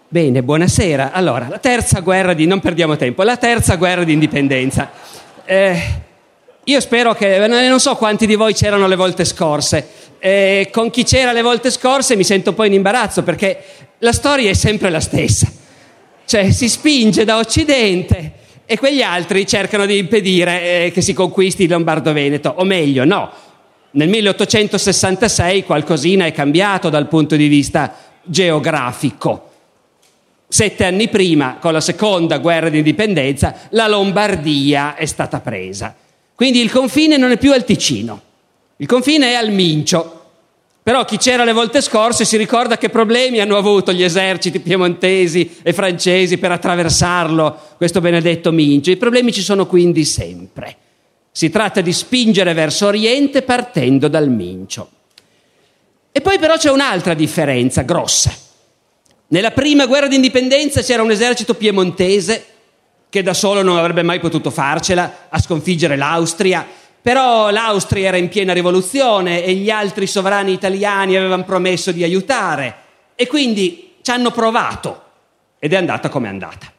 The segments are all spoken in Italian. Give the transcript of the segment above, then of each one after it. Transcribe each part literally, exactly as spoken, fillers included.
Bene, buonasera. Allora, la terza guerra di... non perdiamo tempo, la terza guerra di indipendenza. Eh, io spero che... non so quanti di voi c'erano le volte scorse. Eh, con chi c'era le volte scorse mi sento un po' in imbarazzo, perché la storia è sempre la stessa. Cioè, si spinge da Occidente e quegli altri cercano di impedire eh, che si conquisti il Lombardo-Veneto. O meglio, no. Nel milleottocentosessantasei qualcosina è cambiato dal punto di vista geografico. Sette anni prima, con la seconda guerra di indipendenza, la Lombardia è stata presa. Quindi il confine non è più al Ticino, il confine è al Mincio. Però chi c'era le volte scorse si ricorda che problemi hanno avuto gli eserciti piemontesi e francesi per attraversarlo, questo benedetto Mincio. I problemi ci sono quindi sempre. Si tratta di spingere verso Oriente partendo dal Mincio. E poi però c'è un'altra differenza grossa. Nella prima guerra d'indipendenza c'era un esercito piemontese che da solo non avrebbe mai potuto farcela a sconfiggere l'Austria, però l'Austria era in piena rivoluzione e gli altri sovrani italiani avevano promesso di aiutare e quindi ci hanno provato ed è andata come è andata.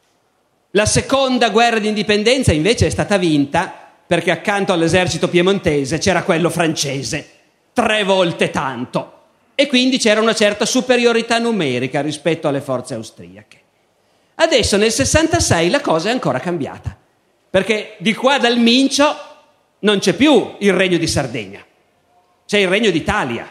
La seconda guerra d'indipendenza invece è stata vinta perché accanto all'esercito piemontese c'era quello francese, tre volte tanto. E quindi c'era una certa superiorità numerica rispetto alle forze austriache. Adesso nel sessantasei la cosa è ancora cambiata, perché di qua dal Mincio non c'è più il Regno di Sardegna, c'è il Regno d'Italia.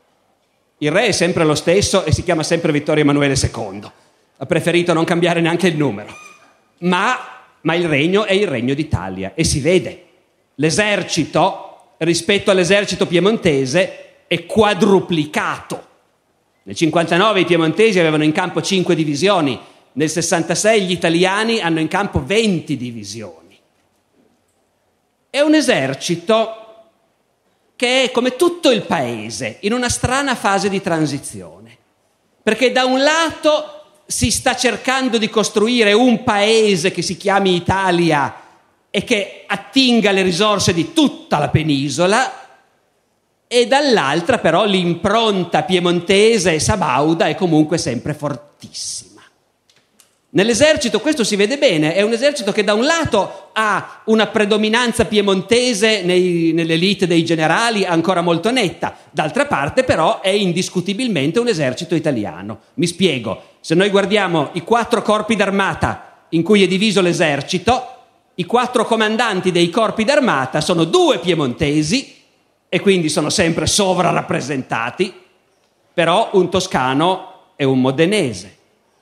Il re è sempre lo stesso e si chiama sempre Vittorio Emanuele secondo. Ha preferito non cambiare neanche il numero. Ma, ma il regno è il Regno d'Italia e si vede. L'esercito rispetto all'esercito piemontese è quadruplicato. Nel cinquantanove i piemontesi avevano in campo cinque divisioni, nel sessantasei gli italiani hanno in campo venti divisioni. È un esercito che è, come tutto il paese, in una strana fase di transizione, perché da un lato si sta cercando di costruire un paese che si chiami Italia e che attinga le risorse di tutta la penisola, e dall'altra però l'impronta piemontese e sabauda è comunque sempre fortissima. Nell'esercito questo si vede bene, è un esercito che da un lato ha una predominanza piemontese nei, nell'elite dei generali ancora molto netta, d'altra parte però è indiscutibilmente un esercito italiano. Mi spiego, se noi guardiamo i quattro corpi d'armata in cui è diviso l'esercito, i quattro comandanti dei corpi d'armata sono due piemontesi, e quindi sono sempre sovrarappresentati, però un toscano e un modenese.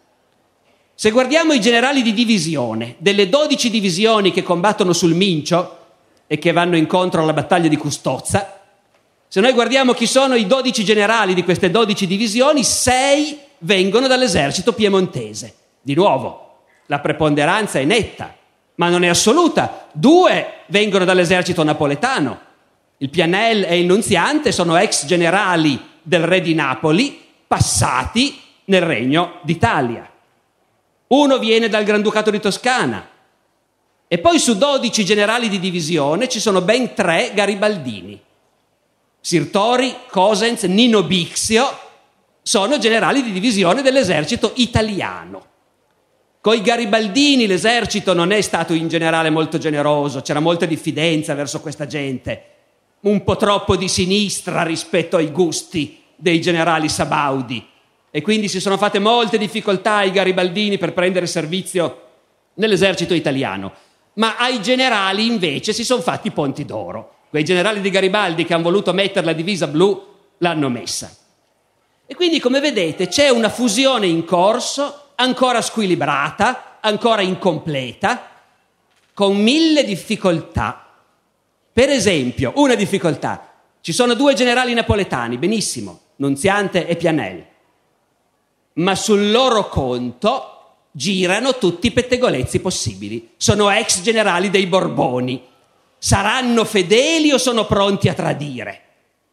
Se guardiamo i generali di divisione, delle dodici divisioni che combattono sul Mincio e che vanno incontro alla battaglia di Custozza, se noi guardiamo chi sono i dodici generali di queste dodici divisioni, sei vengono dall'esercito piemontese. Di nuovo, la preponderanza è netta, ma non è assoluta. Due vengono dall'esercito napoletano. Il Pianell e il Nunziante sono ex generali del re di Napoli passati nel Regno d'Italia. Uno viene dal Granducato di Toscana e poi su dodici generali di divisione ci sono ben tre garibaldini. Sirtori, Cosenz, Nino Bixio sono generali di divisione dell'esercito italiano. Coi garibaldini l'esercito non è stato in generale molto generoso, c'era molta diffidenza verso questa gente, un po' troppo di sinistra rispetto ai gusti dei generali sabaudi, e quindi si sono fatte molte difficoltà ai garibaldini per prendere servizio nell'esercito italiano, ma ai generali invece si sono fatti ponti d'oro. Quei generali di Garibaldi che hanno voluto mettere la divisa blu l'hanno messa. E quindi, come vedete, c'è una fusione in corso, ancora squilibrata, ancora incompleta, con mille difficoltà. Per esempio, una difficoltà: ci sono due generali napoletani, benissimo, Nunziante e Pianell, ma sul loro conto girano tutti i pettegolezzi possibili. Sono ex generali dei Borboni. Saranno fedeli o sono pronti a tradire?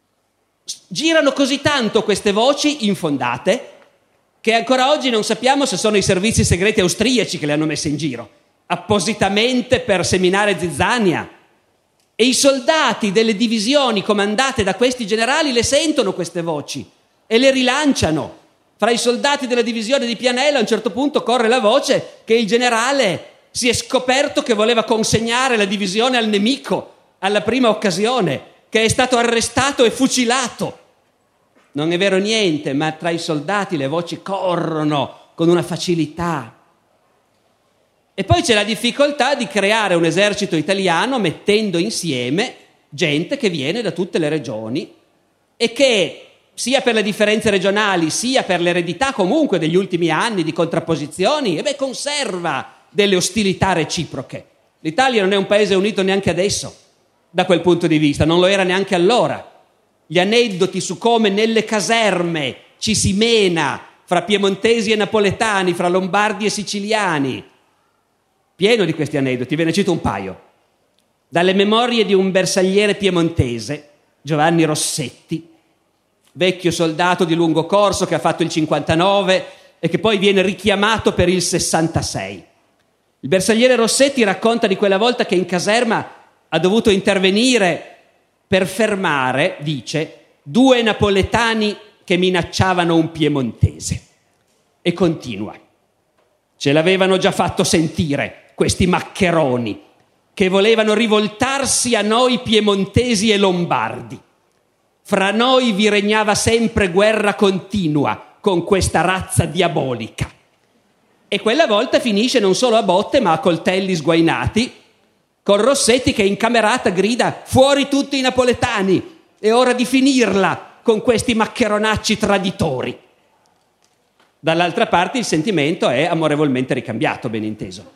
Girano così tanto queste voci infondate che ancora oggi non sappiamo se sono i servizi segreti austriaci che le hanno messe in giro, appositamente per seminare zizzania. E i soldati delle divisioni comandate da questi generali le sentono queste voci e le rilanciano. Fra i soldati della divisione di Pianella a un certo punto corre la voce che il generale si è scoperto che voleva consegnare la divisione al nemico alla prima occasione, che è stato arrestato e fucilato. Non è vero niente, ma tra i soldati le voci corrono con una facilità. E poi c'è la difficoltà di creare un esercito italiano mettendo insieme gente che viene da tutte le regioni e che, sia per le differenze regionali, sia per l'eredità comunque degli ultimi anni di contrapposizioni, e beh, conserva delle ostilità reciproche. L'Italia non è un paese unito neanche adesso, da quel punto di vista, non lo era neanche allora. Gli aneddoti su come nelle caserme ci si mena fra piemontesi e napoletani, fra lombardi e siciliani, pieno di questi aneddoti, ve ne cito un paio. Dalle memorie di un bersagliere piemontese, Giovanni Rossetti, vecchio soldato di lungo corso che ha fatto il cinquantanove e che poi viene richiamato per il sessantasei. Il bersagliere Rossetti racconta di quella volta che in caserma ha dovuto intervenire per fermare, dice, due napoletani che minacciavano un piemontese. E continua. Ce l'avevano già fatto sentire questi maccheroni che volevano rivoltarsi a noi piemontesi e lombardi. Fra noi vi regnava sempre guerra continua con questa razza diabolica. E quella volta finisce non solo a botte ma a coltelli sguainati, con Rossetti che in camerata grida «Fuori tutti i napoletani! È ora di finirla con questi maccheronacci traditori!» Dall'altra parte il sentimento è amorevolmente ricambiato, ben inteso.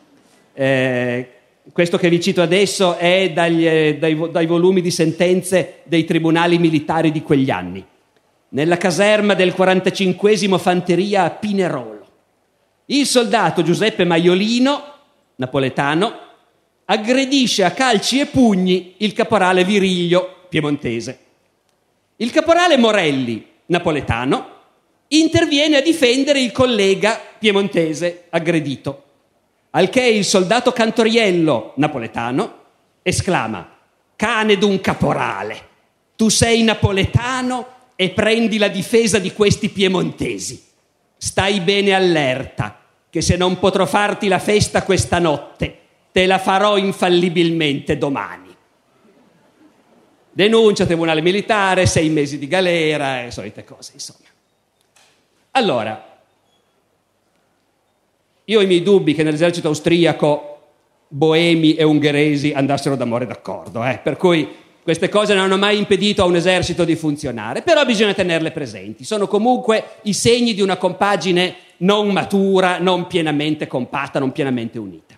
Eh, questo che vi cito adesso è dagli, eh, dai, dai volumi di sentenze dei tribunali militari di quegli anni. Nella caserma del quarantacinquesimo Fanteria a Pinerolo, il soldato Giuseppe Maiolino, napoletano, aggredisce a calci e pugni il caporale Viriglio, piemontese. Il caporale Morelli, napoletano, interviene a difendere il collega piemontese aggredito, al che il soldato Cantoriello, napoletano, esclama: «Cane d'un caporale, tu sei napoletano e prendi la difesa di questi piemontesi. Stai bene allerta, che se non potrò farti la festa questa notte, te la farò infallibilmente domani». Denuncia, tribunale militare, sei mesi di galera e solite cose, insomma. Allora, io ho i miei dubbi che nell'esercito austriaco boemi e ungheresi andassero d'amore d'accordo, eh? Per cui queste cose non hanno mai impedito a un esercito di funzionare, però bisogna tenerle presenti. Sono comunque i segni di una compagine non matura, non pienamente compatta, non pienamente unita.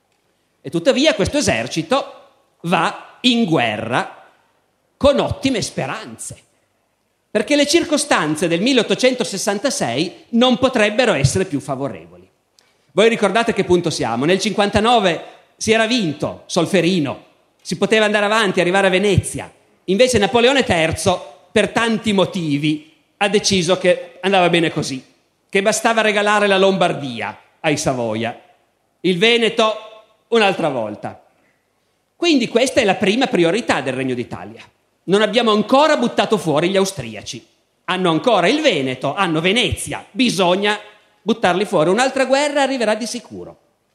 E tuttavia questo esercito va in guerra con ottime speranze, perché le circostanze del milleottocentosessantasei non potrebbero essere più favorevoli. Voi ricordate che punto siamo? Nel cinquantanove si era vinto Solferino, si poteva andare avanti, arrivare a Venezia. Invece Napoleone terzo, per tanti motivi, ha deciso che andava bene così, che bastava regalare la Lombardia ai Savoia, il Veneto un'altra volta. Quindi questa è la prima priorità del Regno d'Italia. Non abbiamo ancora buttato fuori gli austriaci. Hanno ancora il Veneto, hanno Venezia, bisogna buttarli fuori. Un'altra guerra arriverà di sicuro.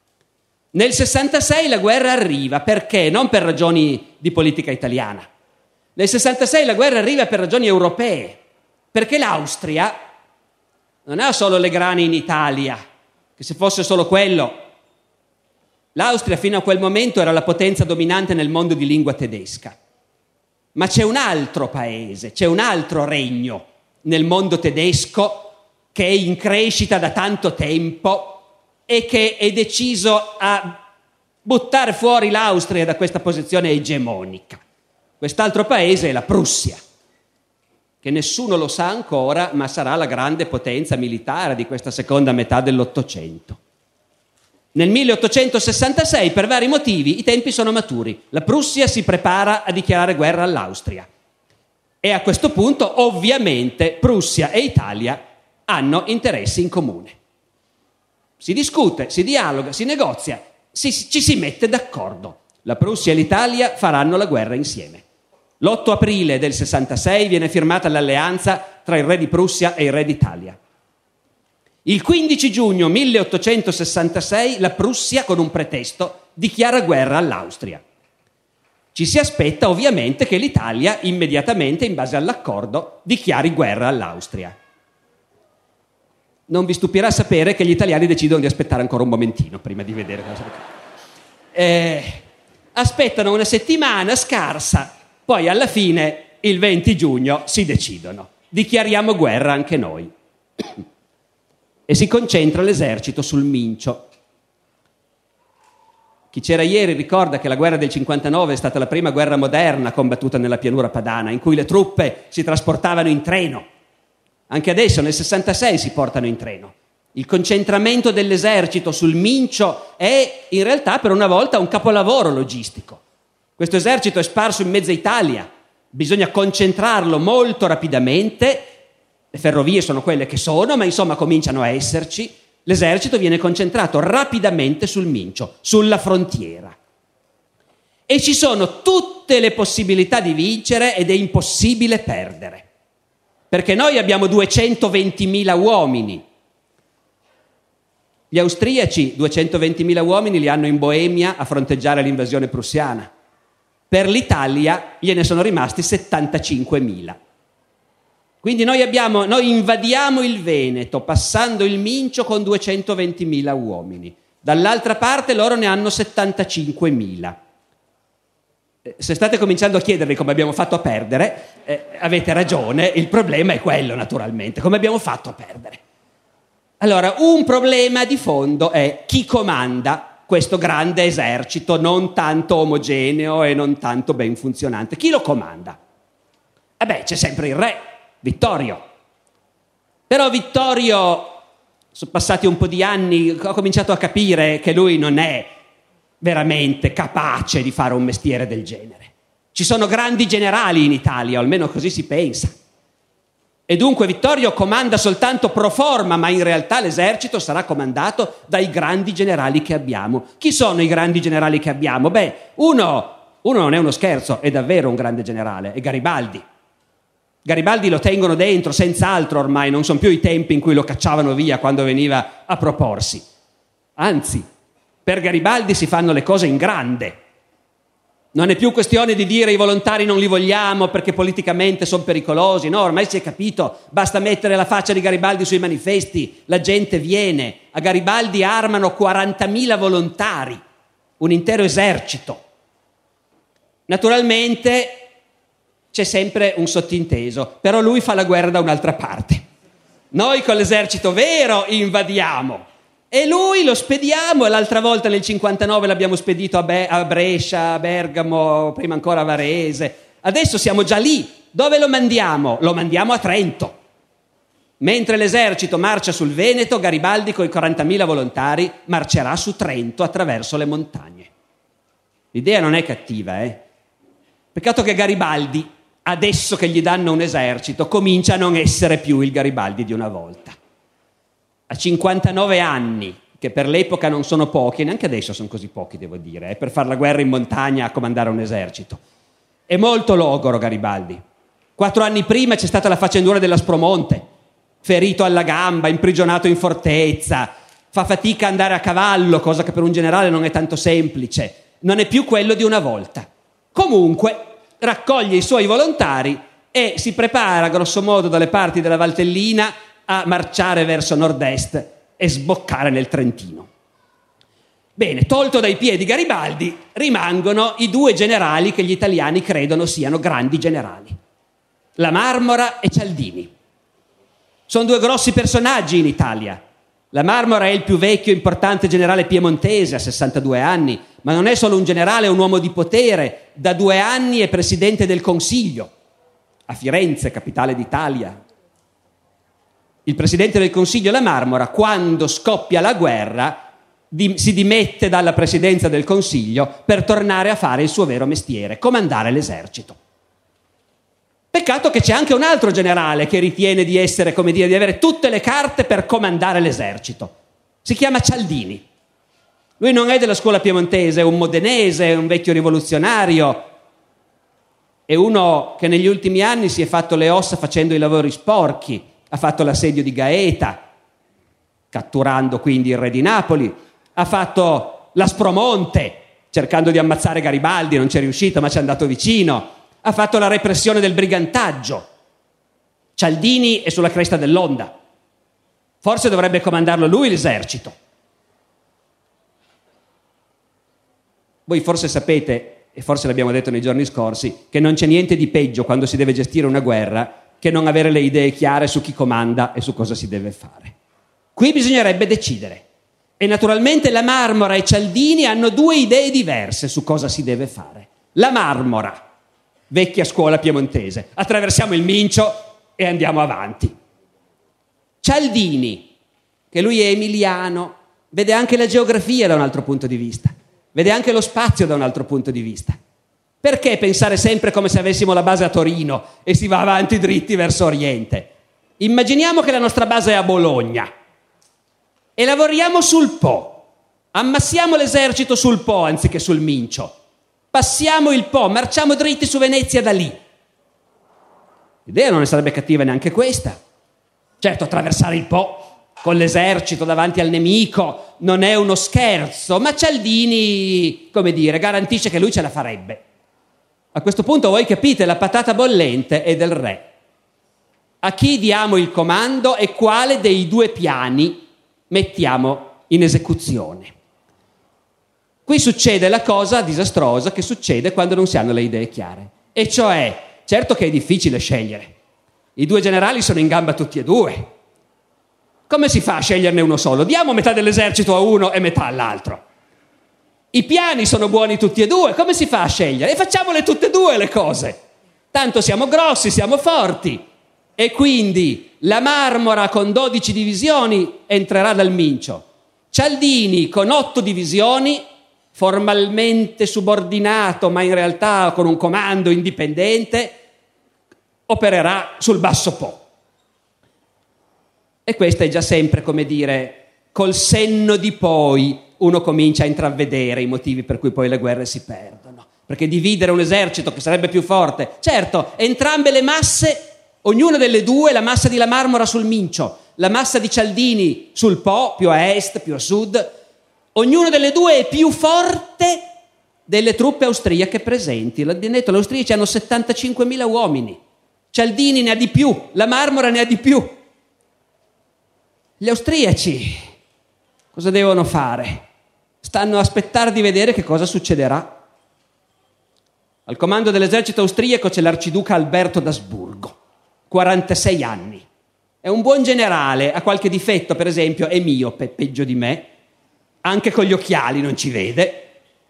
Nel sessantasei la guerra arriva, perché? Non per ragioni di politica italiana. Nel sessantasei la guerra arriva per ragioni europee, perché l'Austria non ha solo le grane in Italia, che se fosse solo quello, l'Austria fino a quel momento era la potenza dominante nel mondo di lingua tedesca. Ma c'è un altro paese, c'è un altro regno nel mondo tedesco che è in crescita da tanto tempo e che è deciso a buttare fuori l'Austria da questa posizione egemonica. Quest'altro paese è la Prussia, che nessuno lo sa ancora, ma sarà la grande potenza militare di questa seconda metà dell'Ottocento. Nel milleottocentosessantasei, per vari motivi, i tempi sono maturi. La Prussia si prepara a dichiarare guerra all'Austria. E a questo punto, ovviamente, Prussia e Italia hanno interessi in comune. Si discute, si dialoga, si negozia, si, ci si mette d'accordo. La Prussia e l'Italia faranno la guerra insieme. L'otto aprile del sessantasei viene firmata l'alleanza tra il re di Prussia e il re d'Italia. Il quindici giugno milleottocentosessantasei la Prussia, con un pretesto, dichiara guerra all'Austria. Ci si aspetta ovviamente che l'Italia immediatamente, in base all'accordo, dichiari guerra all'Austria. Non vi stupirà sapere che gli italiani decidono di aspettare ancora un momentino prima di vedere cosa accade. Eh, aspettano una settimana scarsa, poi alla fine, il venti giugno, si decidono. Dichiariamo guerra anche noi. E si concentra l'esercito sul Mincio. Chi c'era ieri ricorda che la guerra del cinquantanove è stata la prima guerra moderna combattuta nella pianura padana, in cui le truppe si trasportavano in treno. Anche adesso, nel sessantasei, si portano in treno. Il concentramento dell'esercito sul Mincio è in realtà per una volta un capolavoro logistico. Questo esercito è sparso in mezza Italia, bisogna concentrarlo molto rapidamente, le ferrovie sono quelle che sono, ma insomma cominciano a esserci. L'esercito viene concentrato rapidamente sul Mincio, sulla frontiera. E ci sono tutte le possibilità di vincere ed è impossibile perdere. Perché noi abbiamo duecentoventimila uomini. Gli austriaci duecentoventimila uomini li hanno in Boemia a fronteggiare l'invasione prussiana. Per l'Italia gliene sono rimasti settantacinquemila. Quindi noi, abbiamo, noi invadiamo il Veneto passando il Mincio con duecentoventimila uomini. Dall'altra parte loro ne hanno settantacinquemila. Se state cominciando a chiedervi come abbiamo fatto a perdere, eh, avete ragione, il problema è quello naturalmente, come abbiamo fatto a perdere. Allora, un problema di fondo è chi comanda questo grande esercito non tanto omogeneo e non tanto ben funzionante. Chi lo comanda? Eh beh, c'è sempre il re, Vittorio. Però Vittorio, sono passati un po' di anni, ho cominciato a capire che lui non è veramente capace di fare un mestiere del genere. Ci sono grandi generali in Italia, o almeno così si pensa. E dunque Vittorio comanda soltanto pro forma, ma in realtà l'esercito sarà comandato dai grandi generali che abbiamo. Chi sono i grandi generali che abbiamo? Beh, uno, uno non è uno scherzo, è davvero un grande generale, è Garibaldi. Garibaldi lo tengono dentro, senz'altro ormai, non sono più i tempi in cui lo cacciavano via quando veniva a proporsi. Anzi, per Garibaldi si fanno le cose in grande. Non è più questione di dire i volontari non li vogliamo perché politicamente sono pericolosi. No, ormai si è capito, basta mettere la faccia di Garibaldi sui manifesti, la gente viene. A Garibaldi armano quarantamila volontari, un intero esercito. Naturalmente c'è sempre un sottinteso, però lui fa la guerra da un'altra parte. Noi con l'esercito vero invadiamo. E lui lo spediamo, e l'altra volta nel cinquantanove l'abbiamo spedito a, Be- a Brescia, a Bergamo, prima ancora a Varese. Adesso siamo già lì. Dove lo mandiamo? Lo mandiamo a Trento. Mentre l'esercito marcia sul Veneto, Garibaldi con i quarantamila volontari marcerà su Trento attraverso le montagne. L'idea non è cattiva, eh? Peccato che Garibaldi, adesso che gli danno un esercito, comincia a non essere più il Garibaldi di una volta. A cinquantanove anni, che per l'epoca non sono pochi, e neanche adesso sono così pochi, devo dire, eh, per fare la guerra in montagna a comandare un esercito. È molto logoro Garibaldi. Quattro anni prima c'è stata la faccendura dell'Aspromonte, ferito alla gamba, imprigionato in fortezza, fa fatica a andare a cavallo, cosa che per un generale non è tanto semplice. Non è più quello di una volta. Comunque, raccoglie i suoi volontari e si prepara, grosso modo, dalle parti della Valtellina a marciare verso nord-est e sboccare nel Trentino. Bene, tolto dai piedi Garibaldi, rimangono i due generali che gli italiani credono siano grandi generali, La Marmora e Cialdini. Sono due grossi personaggi in Italia. La Marmora è il più vecchio e importante generale piemontese, a sessantadue anni, ma non è solo un generale, è un uomo di potere. Da due anni è presidente del Consiglio, a Firenze, capitale d'Italia. Il presidente del Consiglio La Marmora, quando scoppia la guerra, di, si dimette dalla presidenza del Consiglio per tornare a fare il suo vero mestiere, comandare l'esercito. Peccato che c'è anche un altro generale che ritiene di essere, come dire, di avere tutte le carte per comandare l'esercito. Si chiama Cialdini. Lui non è della scuola piemontese, è un modenese, è un vecchio rivoluzionario, è uno che negli ultimi anni si è fatto le ossa facendo i lavori sporchi. Ha fatto l'assedio di Gaeta, catturando quindi il re di Napoli, ha fatto l'Aspromonte, cercando di ammazzare Garibaldi, non ci è riuscito ma ci è andato vicino, ha fatto la repressione del brigantaggio. Cialdini è sulla cresta dell'onda, forse dovrebbe comandarlo lui l'esercito. Voi forse sapete, e forse l'abbiamo detto nei giorni scorsi, che non c'è niente di peggio quando si deve gestire una guerra che non avere le idee chiare su chi comanda e su cosa si deve fare. Qui bisognerebbe decidere. E naturalmente la Marmora e Cialdini hanno due idee diverse su cosa si deve fare. La Marmora, vecchia scuola piemontese, attraversiamo il Mincio e andiamo avanti. Cialdini, che lui è emiliano, vede anche la geografia da un altro punto di vista, vede anche lo spazio da un altro punto di vista. Perché pensare sempre come se avessimo la base a Torino e si va avanti dritti verso Oriente? Immaginiamo che la nostra base è a Bologna e lavoriamo sul Po. Ammassiamo l'esercito sul Po anziché sul Mincio. Passiamo il Po, marciamo dritti su Venezia da lì. L'idea non ne sarebbe cattiva neanche questa. Certo, attraversare il Po con l'esercito davanti al nemico non è uno scherzo, ma Cialdini, come dire, garantisce che lui ce la farebbe. A questo punto voi capite, la patata bollente è del re. A chi diamo il comando e quale dei due piani mettiamo in esecuzione? Qui succede la cosa disastrosa che succede quando non si hanno le idee chiare. E cioè, certo che è difficile scegliere. I due generali sono in gamba tutti e due. Come si fa a sceglierne uno solo? Diamo metà dell'esercito a uno e metà all'altro. I piani sono buoni tutti e due, come si fa a scegliere? E facciamole tutte e due le cose. Tanto siamo grossi, siamo forti. E quindi la Marmora con dodici divisioni entrerà dal Mincio. Cialdini con otto divisioni, formalmente subordinato, ma in realtà con un comando indipendente, opererà sul Basso Po. E questo è già sempre, come dire, col senno di poi uno comincia a intravedere i motivi per cui poi le guerre si perdono. Perché dividere un esercito che sarebbe più forte, certo, entrambe le masse, ognuna delle due, la massa di La Marmora sul Mincio, la massa di Cialdini sul Po, più a est, più a sud, ognuna delle due è più forte delle truppe austriache presenti. L'abbiamo detto, gli austriaci hanno settantacinquemila uomini, Cialdini ne ha di più, La Marmora ne ha di più. Gli austriaci cosa devono fare? Stanno a aspettare di vedere che cosa succederà. Al comando dell'esercito austriaco c'è l'arciduca Alberto d'Asburgo, quarantasei anni. È un buon generale, ha qualche difetto, per esempio è miope, peggio di me, anche con gli occhiali non ci vede,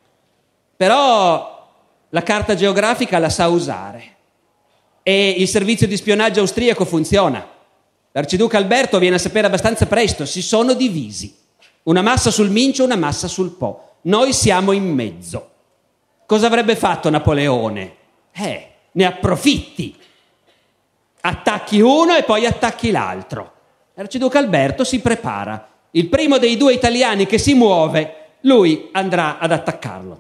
però la carta geografica la sa usare e il servizio di spionaggio austriaco funziona. L'arciduca Alberto viene a sapere abbastanza presto, si sono divisi. Una massa sul Mincio, una massa sul Po. Noi siamo in mezzo. Cosa avrebbe fatto Napoleone? Eh, ne approfitti. Attacchi uno e poi attacchi l'altro. L'arciduca Alberto si prepara. Il primo dei due italiani che si muove, lui andrà ad attaccarlo.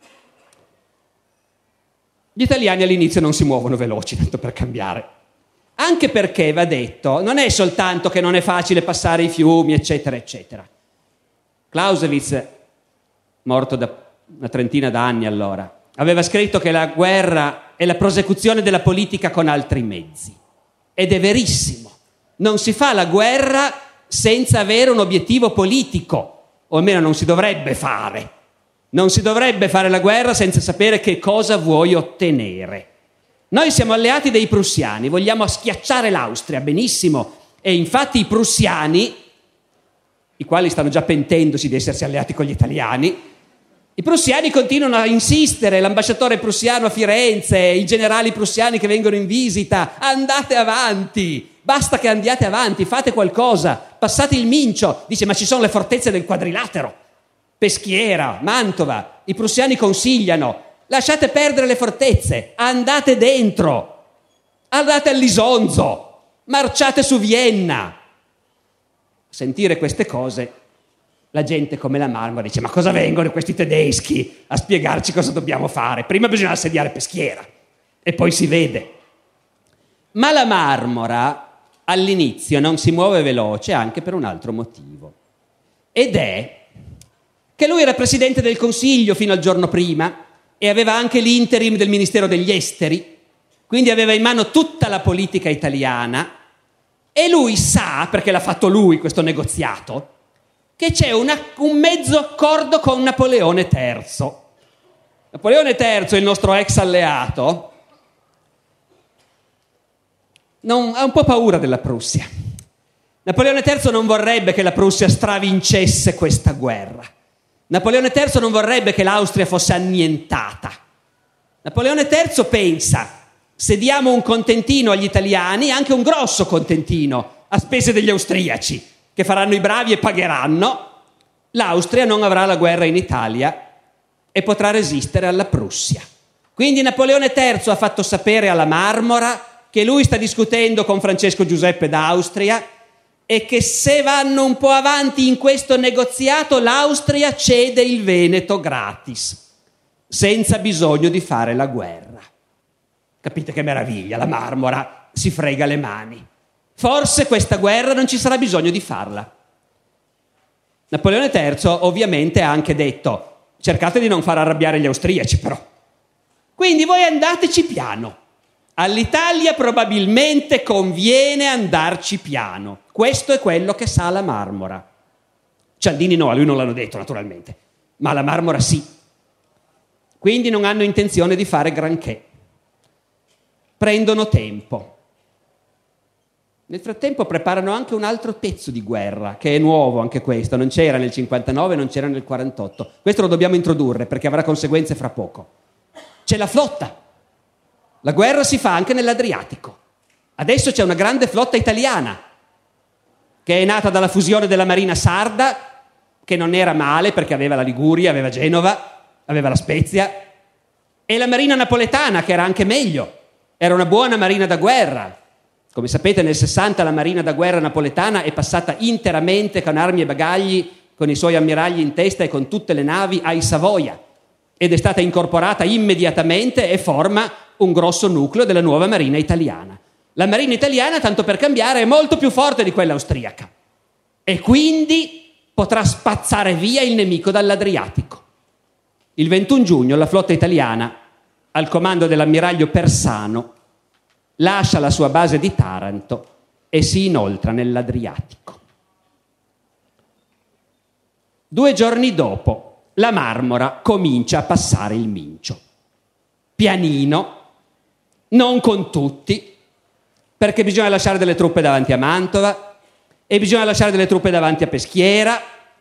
Gli italiani all'inizio non si muovono veloci, tanto per cambiare. Anche perché, va detto, non è soltanto che non è facile passare i fiumi, eccetera, eccetera. Clausewitz, morto da una trentina d'anni allora, aveva scritto che la guerra è la prosecuzione della politica con altri mezzi. Ed è verissimo. Non si fa la guerra senza avere un obiettivo politico, o almeno non si dovrebbe fare. Non si dovrebbe fare la guerra senza sapere che cosa vuoi ottenere. Noi siamo alleati dei prussiani, vogliamo schiacciare l'Austria, benissimo, e infatti i prussiani, i quali stanno già pentendosi di essersi alleati con gli italiani, i prussiani continuano a insistere, l'ambasciatore prussiano a Firenze, i generali prussiani che vengono in visita, andate avanti, basta che andiate avanti, fate qualcosa, passate il Mincio, dice ma ci sono le fortezze del Quadrilatero, Peschiera, Mantova, i prussiani consigliano, lasciate perdere le fortezze, andate dentro, andate all'Isonzo, marciate su Vienna. A sentire queste cose, la gente come la Marmora dice ma cosa vengono questi tedeschi a spiegarci cosa dobbiamo fare? Prima bisogna assediare Peschiera e poi si vede. Ma la Marmora all'inizio non si muove veloce anche per un altro motivo. ed è che lui era presidente del Consiglio fino al giorno prima e aveva anche l'interim del Ministero degli Esteri, quindi aveva in mano tutta la politica italiana, e lui sa, perché l'ha fatto lui questo negoziato, che c'è una, un mezzo accordo con Napoleone terzo. Napoleone terzo, il nostro ex alleato, non, ha un po' paura della Prussia. Napoleone terzo non vorrebbe che la Prussia stravincesse questa guerra. Napoleone terzo non vorrebbe che l'Austria fosse annientata. Napoleone terzo pensa: se diamo un contentino agli italiani, anche un grosso contentino, a spese degli austriaci, che faranno i bravi e pagheranno, l'Austria non avrà la guerra in Italia e potrà resistere alla Prussia. Quindi Napoleone terzo ha fatto sapere alla Marmora che lui sta discutendo con Francesco Giuseppe d'Austria e che se vanno un po' avanti in questo negoziato l'Austria cede il Veneto gratis, senza bisogno di fare la guerra. Capite che meraviglia, la Marmora si frega le mani. Forse questa guerra non ci sarà bisogno di farla. Napoleone terzo ovviamente ha anche detto: cercate di non far arrabbiare gli austriaci però. Quindi voi andateci piano. All'Italia probabilmente conviene andarci piano. Questo è quello che sa la Marmora. Cialdini no, a lui non l'hanno detto naturalmente, ma la Marmora sì. Quindi non hanno intenzione di fare granché. Prendono tempo. Nel frattempo preparano anche un altro pezzo di guerra, che è nuovo anche questo, non c'era nel cinquantanove, non c'era nel quarantotto. Questo lo dobbiamo introdurre perché avrà conseguenze fra poco. C'è la flotta. La guerra si fa anche nell'Adriatico. Adesso c'è una grande flotta italiana, che è nata dalla fusione della Marina Sarda, che non era male perché aveva la Liguria, aveva Genova, aveva la Spezia, e la Marina Napoletana, che era anche meglio. Era una buona marina da guerra. Come sapete, nel sessanta la marina da guerra napoletana è passata interamente con armi e bagagli, con i suoi ammiragli in testa e con tutte le navi ai Savoia, ed è stata incorporata immediatamente e forma un grosso nucleo della nuova marina italiana. La marina italiana, tanto per cambiare, è molto più forte di quella austriaca e quindi potrà spazzare via il nemico dall'Adriatico. Il ventuno giugno la flotta italiana, al comando dell'ammiraglio Persano, lascia la sua base di Taranto e si inoltra nell'Adriatico. Due giorni dopo, la Marmora comincia a passare il Mincio. Pianino, non con tutti, perché bisogna lasciare delle truppe davanti a Mantova e bisogna lasciare delle truppe davanti a Peschiera.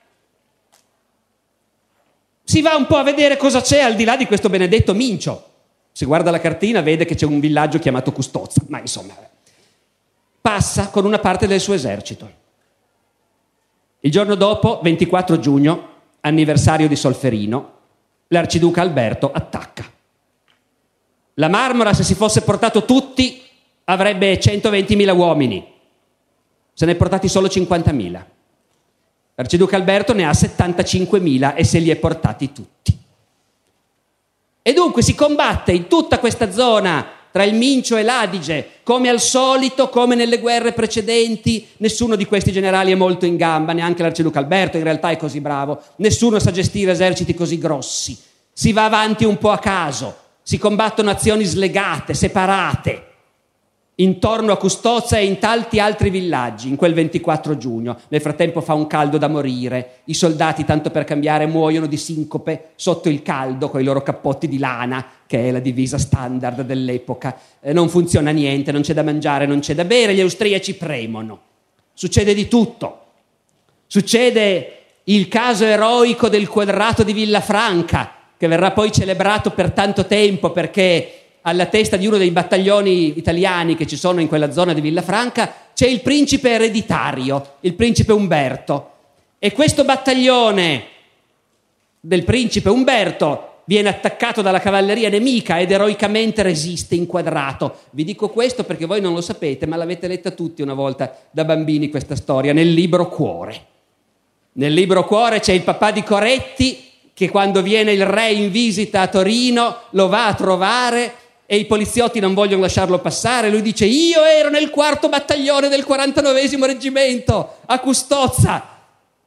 Si va un po' a vedere cosa c'è al di là di questo benedetto Mincio. Se guarda la cartina vede che c'è un villaggio chiamato Custozza, ma insomma passa con una parte del suo esercito. Il giorno dopo, ventiquattro giugno, anniversario di Solferino, l'arciduca Alberto attacca. La Marmora, se si fosse portato tutti, avrebbe centoventimila uomini. Se ne è portati solo cinquantamila. L'arciduca Alberto ne ha settantacinquemila e se li è portati tutti. E dunque si combatte in tutta questa zona tra il Mincio e l'Adige, come al solito, come nelle guerre precedenti. Nessuno di questi generali è molto in gamba, neanche l'arciduca Alberto in realtà è così bravo, nessuno sa gestire eserciti così grossi. Si va avanti un po' a caso, si combattono azioni slegate, separate, intorno a Custozza e in tanti altri villaggi in quel ventiquattro giugno. Nel frattempo fa un caldo da morire, i soldati, tanto per cambiare, muoiono di sincope sotto il caldo con i loro cappotti di lana, che è la divisa standard dell'epoca. Eh, non funziona niente, non c'è da mangiare, non c'è da bere, gli austriaci premono. Succede di tutto. Succede il caso eroico del quadrato di Villafranca, che verrà poi celebrato per tanto tempo perché alla testa di uno dei battaglioni italiani che ci sono in quella zona di Villafranca c'è il principe ereditario, il principe Umberto. E questo battaglione del principe Umberto viene attaccato dalla cavalleria nemica ed eroicamente resiste inquadrato. Vi dico questo perché voi non lo sapete, ma l'avete letta tutti una volta da bambini questa storia, nel libro Cuore. Nel libro Cuore c'è il papà di Coretti che quando viene il re in visita a Torino lo va a trovare e i poliziotti non vogliono lasciarlo passare. Lui dice: io ero nel quarto battaglione del quarantanovesimo reggimento a Custozza.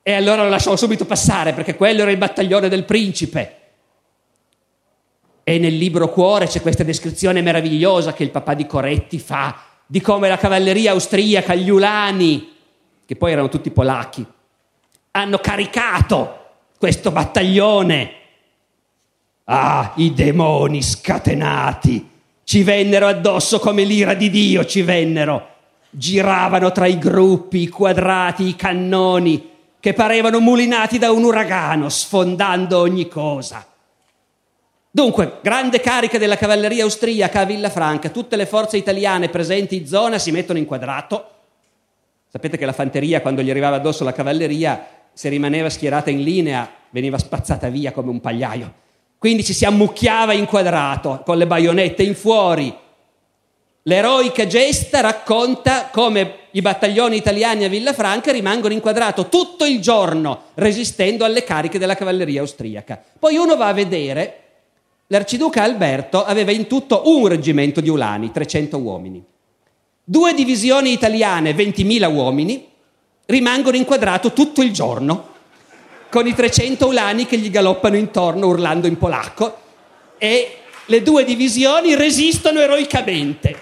E allora lo lasciano subito passare, perché quello era il battaglione del principe. E nel libro Cuore c'è questa descrizione meravigliosa che il papà di Coretti fa di come la cavalleria austriaca, gli ulani, che poi erano tutti polacchi, hanno caricato questo battaglione. Ah, i demoni scatenati ci vennero addosso come l'ira di Dio, ci vennero. Giravano tra i gruppi, i quadrati, i cannoni, che parevano mulinati da un uragano, sfondando ogni cosa. Dunque, grande carica della cavalleria austriaca a Villafranca, tutte le forze italiane presenti in zona si mettono in quadrato. Sapete che la fanteria, quando gli arrivava addosso la cavalleria, se rimaneva schierata in linea, veniva spazzata via come un pagliaio. Quindi ci si ammucchiava in quadrato, con le baionette in fuori. L'eroica gesta racconta come i battaglioni italiani a Villafranca rimangono in quadrato tutto il giorno, resistendo alle cariche della cavalleria austriaca. Poi uno va a vedere, l'arciduca Alberto aveva in tutto un reggimento di ulani, trecento uomini. Due divisioni italiane, ventimila uomini, rimangono in quadrato tutto il giorno, con i trecento ulani che gli galoppano intorno urlando in polacco, e le due divisioni resistono eroicamente.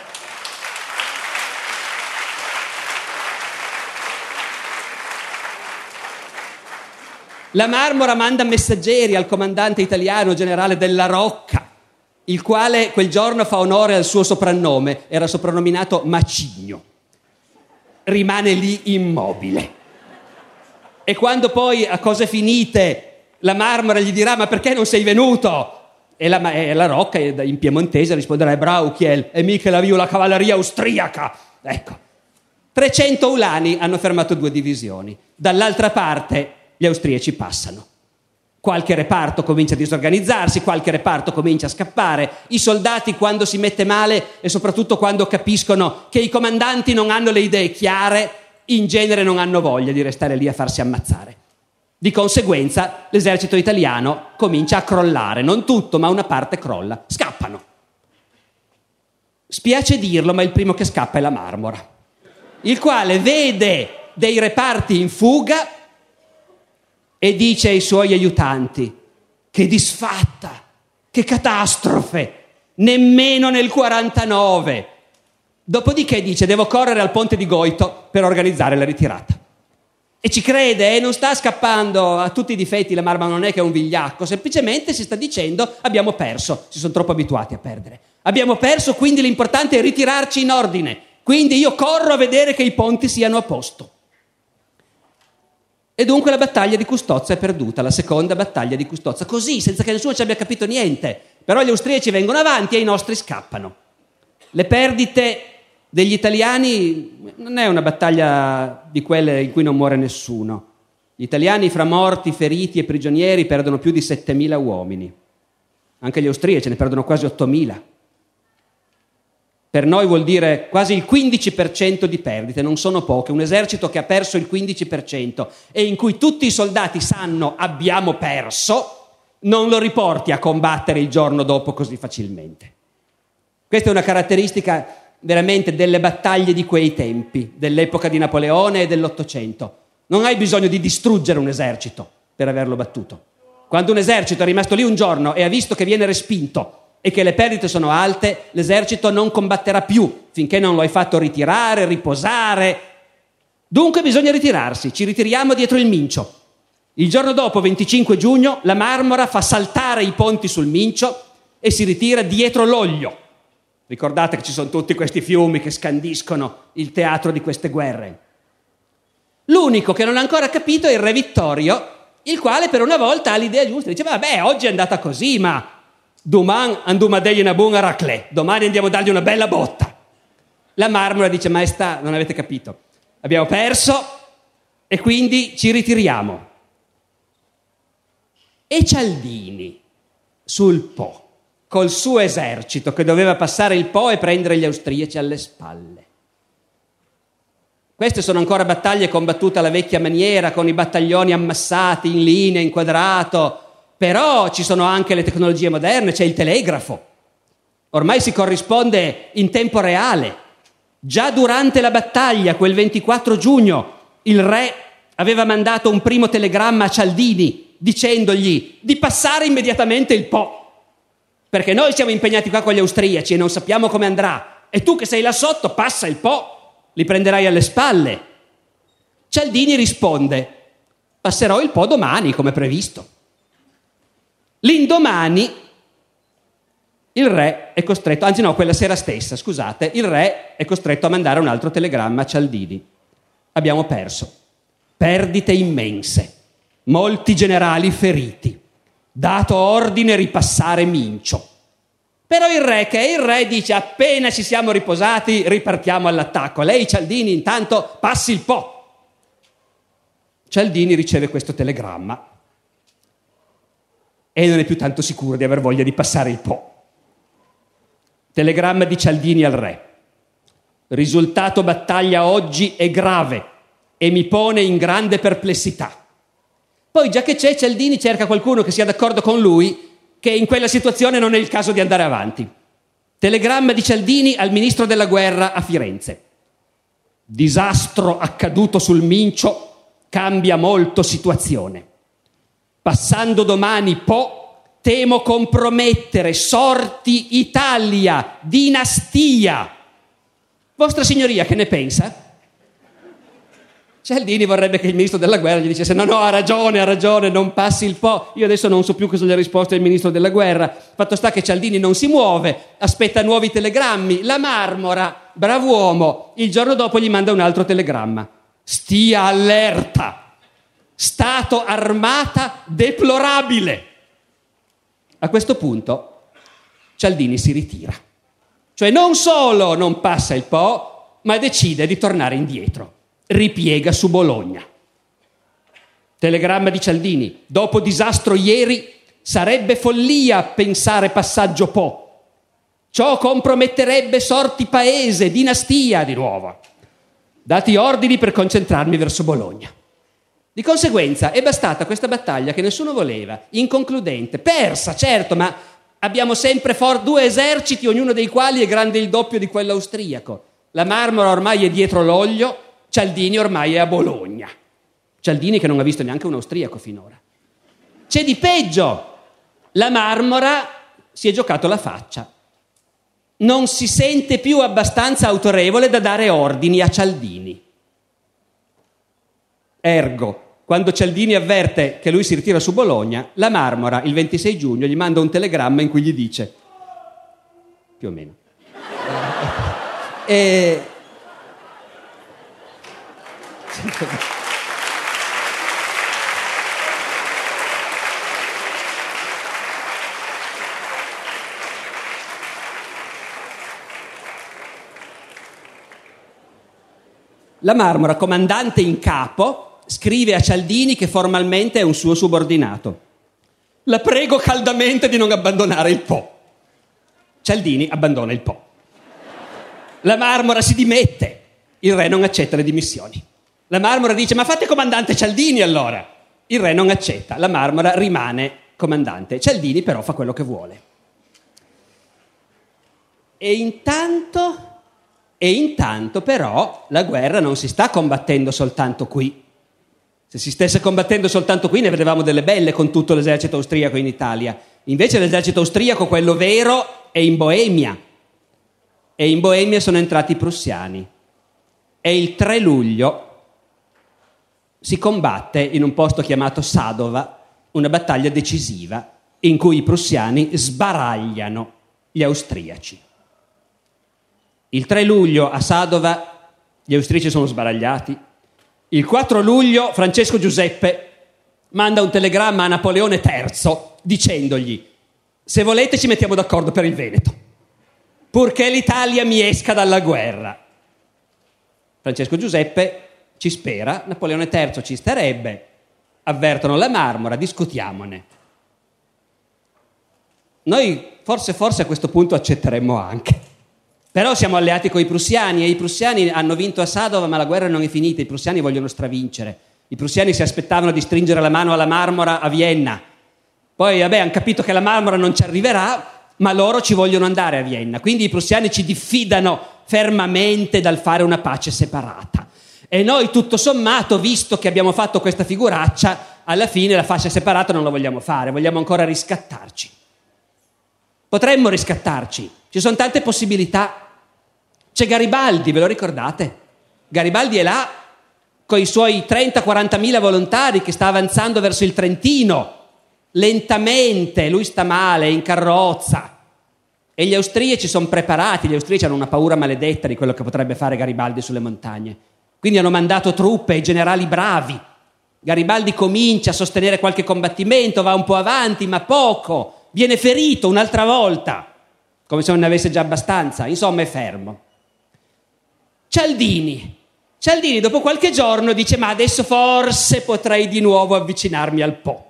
La Marmora manda messaggeri al comandante italiano, generale Della Rocca, il quale quel giorno fa onore al suo soprannome, era soprannominato Macigno. Rimane lì immobile. E quando poi, a cose finite, la Marmora gli dirà: ma perché non sei venuto? E la, e la Rocca, in piemontese, risponderà: Brauchiel, e mica la viu la cavalleria austriaca. Ecco, trecento ulani hanno fermato due divisioni. Dall'altra parte gli austriaci passano. Qualche reparto comincia a disorganizzarsi, qualche reparto comincia a scappare. I soldati, quando si mette male e soprattutto quando capiscono che i comandanti non hanno le idee chiare, in genere non hanno voglia di restare lì a farsi ammazzare. Di conseguenza l'esercito italiano comincia a crollare, non tutto, ma una parte crolla. Scappano. Spiace dirlo, ma il primo che scappa è la Marmora, il quale vede dei reparti in fuga e dice ai suoi aiutanti: che disfatta, che catastrofe, nemmeno nel quarantanove. Dopodiché dice: devo correre al ponte di Goito per organizzare la ritirata. E ci crede, e non sta scappando a tutti i difetti, la Marmora non è che è un vigliacco, semplicemente si sta dicendo: abbiamo perso, si sono troppo abituati a perdere. Abbiamo perso, quindi l'importante è ritirarci in ordine. Quindi io corro a vedere che i ponti siano a posto. E dunque la battaglia di Custozza è perduta, la seconda battaglia di Custozza, così, senza che nessuno ci abbia capito niente. Però gli austriaci vengono avanti e i nostri scappano. Le perdite degli italiani non è una battaglia di quelle in cui non muore nessuno. Gli italiani, fra morti, feriti e prigionieri, perdono più di settemila uomini. Anche gli austriaci ne perdono quasi ottomila. Per noi vuol dire quasi il quindici per cento di perdite, non sono poche. Un esercito che ha perso il quindici per cento e in cui tutti i soldati sanno abbiamo perso, non lo riporti a combattere il giorno dopo così facilmente. Questa è una caratteristica veramente delle battaglie di quei tempi, dell'epoca di Napoleone e dell'Ottocento. Non hai bisogno di distruggere un esercito per averlo battuto. Quando un esercito è rimasto lì un giorno e ha visto che viene respinto e che le perdite sono alte, l'esercito non combatterà più finché non lo hai fatto ritirare, riposare. Dunque bisogna ritirarsi, ci ritiriamo dietro il Mincio. Il giorno dopo, venticinque giugno, la Marmora fa saltare i ponti sul Mincio e si ritira dietro l'Oglio. Ricordate che ci sono tutti questi fiumi che scandiscono il teatro di queste guerre. L'unico che non ha ancora capito è il re Vittorio, il quale per una volta ha l'idea giusta, dice: vabbè, oggi è andata così, ma domani andiamo a dargli una buona raclée, domani andiamo a dargli una bella botta. La Marmora dice: maestà, non avete capito, abbiamo perso e quindi ci ritiriamo. E Cialdini sul Po, col suo esercito che doveva passare il Po e prendere gli austriaci alle spalle. Queste sono ancora battaglie combattute alla vecchia maniera, con i battaglioni ammassati in linea, in quadrato. Però ci sono anche le tecnologie moderne, c'è il telegrafo. Ormai si corrisponde in tempo reale. Già durante la battaglia, quel ventiquattro giugno, il re aveva mandato un primo telegramma a Cialdini dicendogli di passare immediatamente il Po, perché noi siamo impegnati qua con gli austriaci e non sappiamo come andrà, e tu che sei là sotto passa il Po, li prenderai alle spalle. Cialdini risponde: passerò il Po domani come previsto. L'indomani il re è costretto, anzi no, quella sera stessa, scusate, il re è costretto a mandare un altro telegramma a Cialdini. Abbiamo perso. Perdite immense. Molti generali feriti. Dato ordine ripassare Mincio. Però il re, che è il re, dice: appena ci siamo riposati ripartiamo all'attacco. Lei, Cialdini, intanto passi il Po. Cialdini riceve questo telegramma e non è più tanto sicuro di aver voglia di passare il Po. Telegramma di Cialdini al re: risultato battaglia oggi è grave e mi pone in grande perplessità. Poi, già che c'è, Cialdini cerca qualcuno che sia d'accordo con lui che in quella situazione non è il caso di andare avanti. Telegramma di Cialdini al ministro della guerra a Firenze: disastro accaduto sul Mincio cambia molto situazione. Passando domani Po, temo compromettere sorti Italia, dinastia. Vostra signoria che ne pensa? Cialdini vorrebbe che il ministro della guerra gli dicesse: no, no, ha ragione, ha ragione, non passi il Po. Io adesso non so più cosa gli ha risposto il ministro della guerra. Fatto sta che Cialdini non si muove, aspetta nuovi telegrammi. La Marmora, brav'uomo, il giorno dopo gli manda un altro telegramma: stia allerta, stato armata deplorabile. A questo punto Cialdini si ritira. Cioè non solo non passa il Po, ma decide di tornare indietro. Ripiega su Bologna. Telegramma di Cialdini: dopo disastro ieri sarebbe follia pensare passaggio Po. Ciò comprometterebbe sorti paese, dinastia di nuovo. Dati ordini per concentrarmi verso Bologna. Di conseguenza è bastata questa battaglia che nessuno voleva, inconcludente, persa, certo, ma abbiamo sempre for- due eserciti, ognuno dei quali è grande il doppio di quello austriaco. La Marmora ormai è dietro l'Oglio, Cialdini ormai è a Bologna. Cialdini che non ha visto neanche un austriaco finora. C'è di peggio. La Marmora si è giocato la faccia. Non si sente più abbastanza autorevole da dare ordini a Cialdini. Ergo, quando Cialdini avverte che lui si ritira su Bologna, la Marmora il ventisei giugno gli manda un telegramma in cui gli dice, più o meno, e... la Marmora, comandante in capo, scrive a Cialdini, che formalmente è un suo subordinato: la prego caldamente di non abbandonare il Po. Cialdini abbandona il Po. La Marmora si dimette, il re non accetta le dimissioni. La Marmora dice: ma fate comandante Cialdini allora. Il re non accetta, la Marmora rimane comandante. Cialdini però fa quello che vuole. E intanto, e intanto però la guerra non si sta combattendo soltanto qui. Se si stesse combattendo soltanto qui ne vedevamo delle belle con tutto l'esercito austriaco in Italia. Invece l'esercito austriaco, quello vero, è in Boemia. E in Boemia sono entrati i prussiani. E il tre luglio si combatte in un posto chiamato Sadova una battaglia decisiva in cui i prussiani sbaragliano gli austriaci. Il tre luglio a Sadova gli austriaci sono sbaragliati. Il quattro luglio Francesco Giuseppe manda un telegramma a Napoleone terzo dicendogli: se volete ci mettiamo d'accordo per il Veneto, purché l'Italia mi esca dalla guerra. Francesco Giuseppe ci spera, Napoleone terzo ci starebbe, avvertono la Marmora, discutiamone. Noi forse forse a questo punto accetteremmo anche. Però siamo alleati con i prussiani e i prussiani hanno vinto a Sadova, ma la guerra non è finita, i prussiani vogliono stravincere. I prussiani si aspettavano di stringere la mano alla Marmora a Vienna. Poi, vabbè, hanno capito che la Marmora non ci arriverà, ma loro ci vogliono andare a Vienna. Quindi i prussiani ci diffidano fermamente dal fare una pace separata. E noi, tutto sommato, visto che abbiamo fatto questa figuraccia, alla fine la fascia separata non la vogliamo fare, vogliamo ancora riscattarci. Potremmo riscattarci, ci sono tante possibilità. C'è Garibaldi, ve lo ricordate? Garibaldi è là con i suoi trenta quaranta mila volontari che sta avanzando verso il Trentino, lentamente, lui sta male, è in carrozza. E gli austriaci sono preparati, gli austriaci hanno una paura maledetta di quello che potrebbe fare Garibaldi sulle montagne. Quindi hanno mandato truppe e generali bravi. Garibaldi comincia a sostenere qualche combattimento, va un po' avanti, ma poco. Viene ferito un'altra volta, come se non ne avesse già abbastanza. Insomma, è fermo. Cialdini. Cialdini dopo qualche giorno dice: ma adesso forse potrei di nuovo avvicinarmi al Po.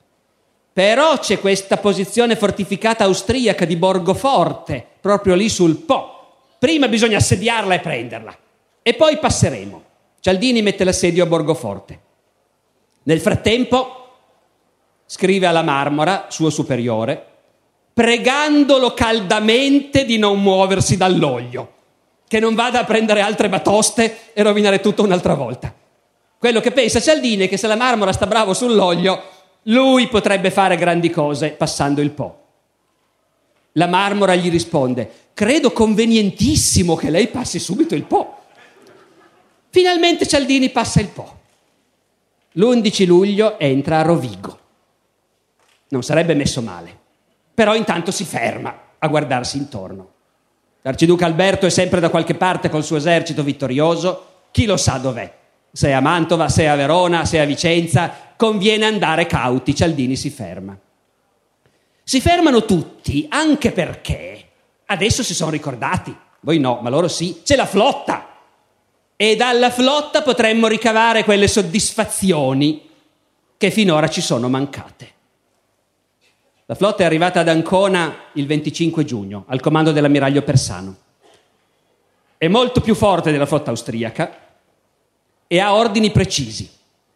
Però c'è questa posizione fortificata austriaca di Borgoforte, proprio lì sul Po. Prima bisogna assediarla e prenderla, e poi passeremo. Cialdini mette l'assedio a Borgoforte. Nel frattempo scrive alla Marmora, suo superiore, pregandolo caldamente di non muoversi dall'Oglio, che non vada a prendere altre batoste e rovinare tutto un'altra volta. Quello che pensa Cialdini è che se la Marmora sta bravo sull'Oglio, lui potrebbe fare grandi cose passando il Po. La Marmora gli risponde: credo convenientissimo che lei passi subito il Po. Finalmente Cialdini passa il Po. L'undici luglio entra a Rovigo. Non sarebbe messo male, però intanto si ferma a guardarsi intorno. L'arciduca Alberto è sempre da qualche parte col suo esercito vittorioso, chi lo sa dov'è. Se è a Mantova, se è a Verona, se è a Vicenza, conviene andare cauti. Cialdini si ferma. Si fermano tutti, anche perché adesso si sono ricordati, voi no, ma loro sì, c'è la flotta. E dalla flotta potremmo ricavare quelle soddisfazioni che finora ci sono mancate. La flotta è arrivata ad Ancona il venticinque giugno, al comando dell'ammiraglio Persano. È molto più forte della flotta austriaca e ha ordini precisi: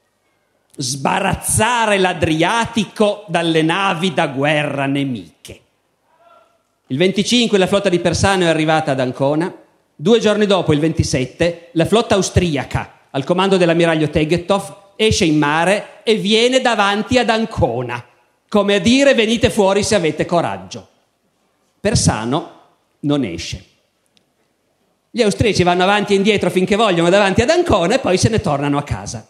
sbarazzare l'Adriatico dalle navi da guerra nemiche. Il venticinque la flotta di Persano è arrivata ad Ancona. Due giorni dopo, il ventisette, la flotta austriaca, al comando dell'ammiraglio Tegetthoff, esce in mare e viene davanti ad Ancona, come a dire: venite fuori se avete coraggio. Persano non esce. Gli austriaci vanno avanti e indietro finché vogliono davanti ad Ancona e poi se ne tornano a casa.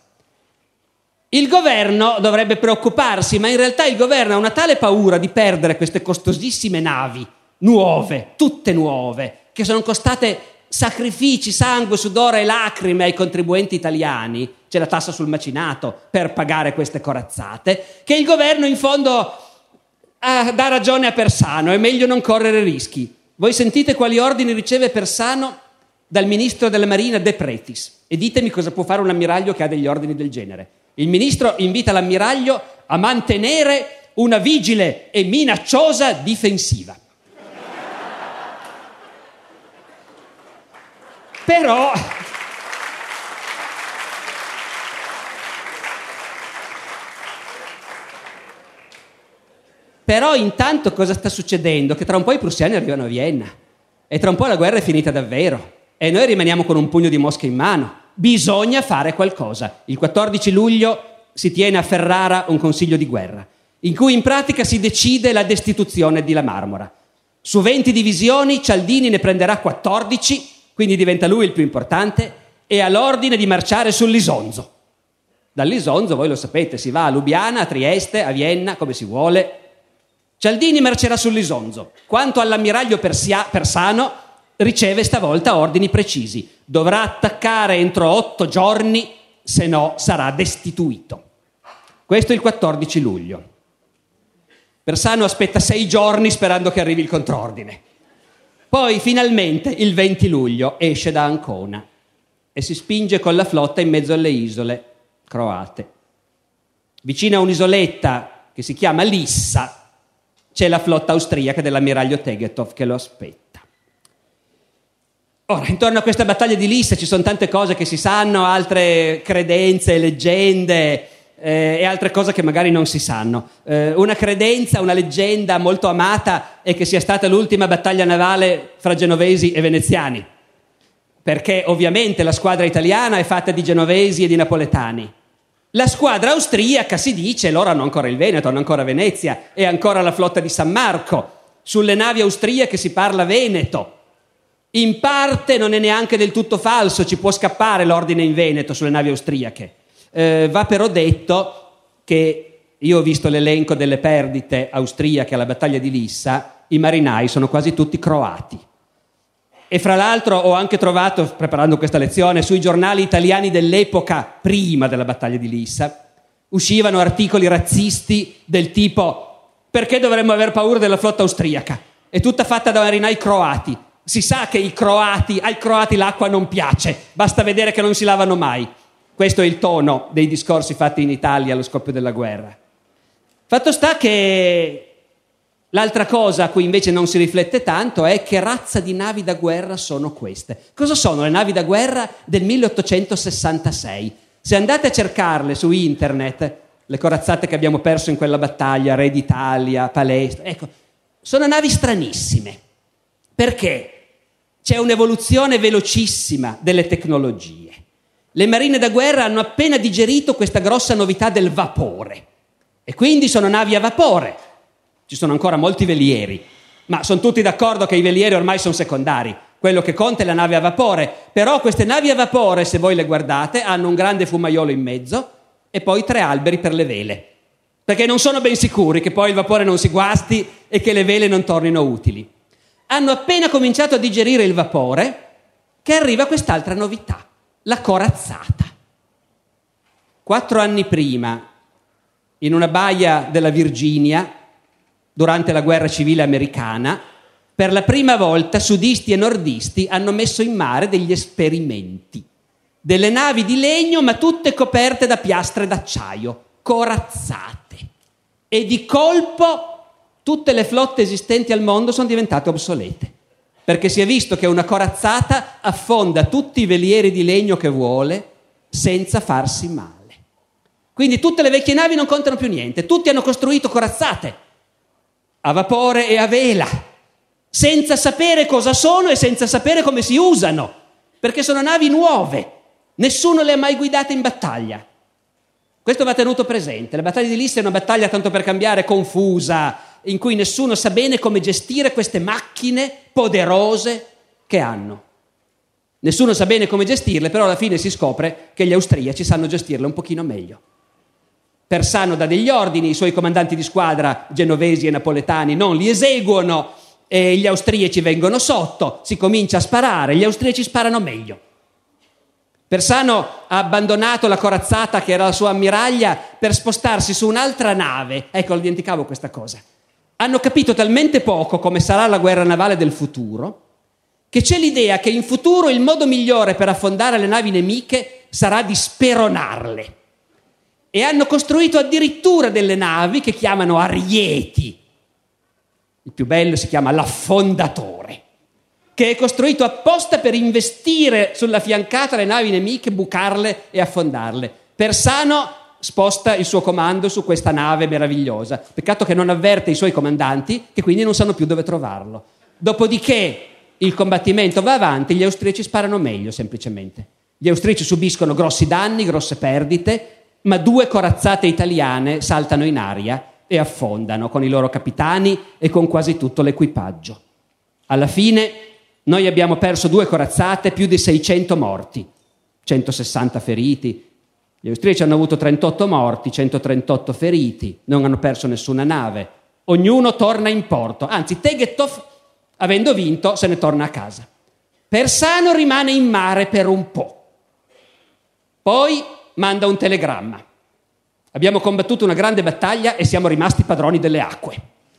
Il governo dovrebbe preoccuparsi, ma in realtà il governo ha una tale paura di perdere queste costosissime navi, nuove, tutte nuove, che sono costate sacrifici, sangue, sudore e lacrime ai contribuenti italiani, c'è la tassa sul macinato per pagare queste corazzate, che il governo in fondo ah, dà ragione a Persano, è meglio non correre rischi. Voi sentite quali ordini riceve Persano dal ministro della Marina De Pretis e ditemi cosa può fare un ammiraglio che ha degli ordini del genere. Il ministro invita l'ammiraglio a mantenere una vigile e minacciosa difensiva. Però Però intanto cosa sta succedendo? Che tra un po' i prussiani arrivano a Vienna e tra un po' la guerra è finita davvero e noi rimaniamo con un pugno di mosche in mano. Bisogna fare qualcosa. Il quattordici luglio si tiene a Ferrara un consiglio di guerra in cui in pratica si decide la destituzione di La Marmora. Su venti divisioni Cialdini ne prenderà quattordici, quindi diventa lui il più importante, e ha l'ordine di marciare sull'Isonzo. Dall'Isonzo, voi lo sapete, si va a Lubiana, a Trieste, a Vienna, come si vuole. Cialdini marcerà sull'Isonzo. Quanto all'ammiraglio Persia, Persano, riceve stavolta ordini precisi. Dovrà attaccare entro otto giorni, se no sarà destituito. Questo è il quattordici luglio. Persano aspetta sei giorni sperando che arrivi il contrordine. Poi finalmente il venti luglio esce da Ancona e si spinge con la flotta in mezzo alle isole croate. Vicino a un'isoletta che si chiama Lissa c'è la flotta austriaca dell'ammiraglio Tegetthoff che lo aspetta. Ora, intorno a questa battaglia di Lissa ci sono tante cose che si sanno, altre credenze, leggende eh, e altre cose che magari non si sanno. Eh, una credenza, una leggenda molto amata è che sia stata l'ultima battaglia navale fra genovesi e veneziani. perché ovviamente la squadra italiana è fatta di genovesi e di napoletani. La squadra austriaca si dice, loro hanno ancora il Veneto, hanno ancora Venezia e ancora la flotta di San Marco. Sulle navi austriache si parla veneto. In parte non è neanche del tutto falso, ci può scappare l'ordine in Veneto sulle navi austriache. Eh, va però detto che io ho visto l'elenco delle perdite austriache alla battaglia di Lissa, i marinai sono quasi tutti croati. E fra l'altro ho anche trovato, preparando questa lezione, sui giornali italiani dell'epoca prima della battaglia di Lissa, uscivano articoli razzisti del tipo perché dovremmo aver paura della flotta austriaca? È tutta fatta da marinai croati. Si sa che i croati, ai croati l'acqua non piace, basta vedere che non si lavano mai. Questo è il tono dei discorsi fatti in Italia allo scoppio della guerra. Fatto sta che l'altra cosa a cui invece non si riflette tanto è che razza di navi da guerra sono queste. Cosa sono le navi da guerra del milleottocentosessantasei? Se andate a cercarle su internet, le corazzate che abbiamo perso in quella battaglia, Re d'Italia, Palestro, ecco, sono navi stranissime. Perché? C'è un'evoluzione velocissima delle tecnologie. Le marine da guerra hanno appena digerito questa grossa novità del vapore e quindi sono navi a vapore. Ci sono ancora molti velieri, ma sono tutti d'accordo che i velieri ormai sono secondari. Quello che conta è la nave a vapore. Però queste navi a vapore, se voi le guardate, hanno un grande fumaiolo in mezzo e poi tre alberi per le vele, perché non sono ben sicuri che poi il vapore non si guasti e che le vele non tornino utili. Hanno appena cominciato a digerire il vapore che arriva quest'altra novità, la corazzata. Quattro anni prima, in una baia della Virginia, durante la guerra civile americana, per la prima volta sudisti e nordisti hanno messo in mare degli esperimenti. Delle navi di legno, ma tutte coperte da piastre d'acciaio, corazzate. E di colpo tutte le flotte esistenti al mondo sono diventate obsolete, perché si è visto che una corazzata affonda tutti i velieri di legno che vuole senza farsi male. Quindi tutte le vecchie navi non contano più niente, tutti hanno costruito corazzate a vapore e a vela, senza sapere cosa sono e senza sapere come si usano, perché sono navi nuove, nessuno le ha mai guidate in battaglia. Questo va tenuto presente. La battaglia di Lissa è una battaglia, tanto per cambiare, confusa, in cui nessuno sa bene come gestire queste macchine poderose che hanno. Nessuno sa bene come gestirle, però alla fine si scopre che gli austriaci sanno gestirle un pochino meglio. Persano dà degli ordini, i suoi comandanti di squadra, genovesi e napoletani, non li eseguono e gli austriaci vengono sotto, si comincia a sparare, gli austriaci sparano meglio. Persano ha abbandonato la corazzata che era la sua ammiraglia per spostarsi su un'altra nave. Ecco, dimenticavo questa cosa. Hanno capito talmente poco come sarà la guerra navale del futuro che c'è l'idea che in futuro il modo migliore per affondare le navi nemiche sarà di speronarle. E hanno costruito addirittura delle navi che chiamano arieti. Il più bello si chiama l'affondatore, che è costruito apposta per investire sulla fiancata le navi nemiche, bucarle e affondarle. Persano sposta il suo comando su questa nave meravigliosa. Peccato che non avverte i suoi comandanti, che quindi non sanno più dove trovarlo. Dopodiché il combattimento va avanti, gli austriaci sparano meglio semplicemente. Gli austriaci subiscono grossi danni, grosse perdite, ma due corazzate italiane saltano in aria e affondano con i loro capitani e con quasi tutto l'equipaggio. Alla fine noi abbiamo perso due corazzate, più di seicento morti, centosessanta feriti. Gli austriaci hanno avuto trentotto morti, centotrentotto feriti, non hanno perso nessuna nave. Ognuno torna in porto, anzi Tegetthoff, avendo vinto, se ne torna a casa. Persano rimane in mare per un po'. Poi manda un telegramma. Abbiamo combattuto una grande battaglia e siamo rimasti padroni delle acque.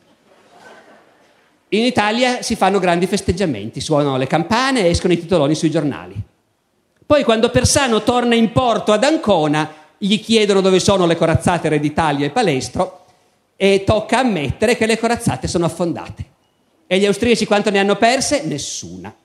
In Italia si fanno grandi festeggiamenti, suonano le campane e escono i titoloni sui giornali. Poi quando Persano torna in porto ad Ancona, gli chiedono dove sono le corazzate Re d'Italia e Palestro e tocca ammettere che le corazzate sono affondate. E gli austriaci quanto ne hanno perse? Nessuna.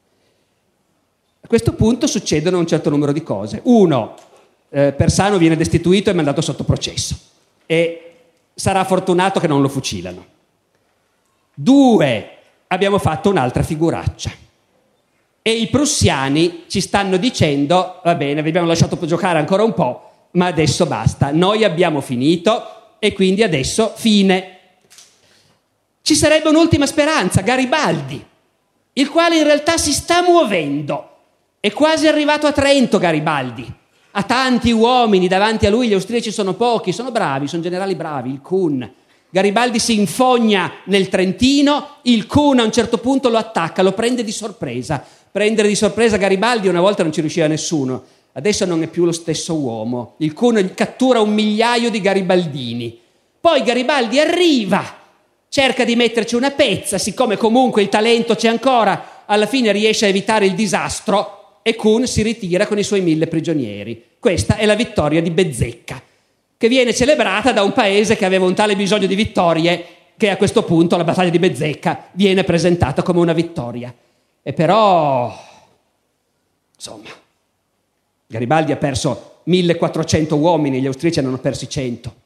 A questo punto succedono un certo numero di cose. Uno, eh, Persano viene destituito e mandato sotto processo e sarà fortunato che non lo fucilano. Due, abbiamo fatto un'altra figuraccia. e i prussiani ci stanno dicendo: va bene, vi abbiamo lasciato giocare ancora un po', ma adesso basta, noi abbiamo finito e quindi adesso fine. Ci sarebbe un'ultima speranza, Garibaldi, il quale in realtà si sta muovendo. È quasi arrivato a Trento Garibaldi. Ha tanti uomini davanti a lui, gli austriaci sono pochi, sono bravi, sono generali bravi, il Kuhn. Garibaldi si infogna nel Trentino, il Kuhn a un certo punto lo attacca, lo prende di sorpresa. Prendere di sorpresa Garibaldi una volta non ci riusciva nessuno, adesso non è più lo stesso uomo. Il Kuhn cattura un migliaio di garibaldini. Poi Garibaldi arriva, cerca di metterci una pezza, siccome comunque il talento c'è ancora, alla fine riesce a evitare il disastro e Kuhn si ritira con i suoi mille prigionieri. Questa è la vittoria di Bezzecca, che viene celebrata da un paese che aveva un tale bisogno di vittorie che a questo punto la battaglia di Bezzecca viene presentata come una vittoria. E però, insomma, Garibaldi ha perso millequattrocento uomini, gli austriaci ne hanno persi cento.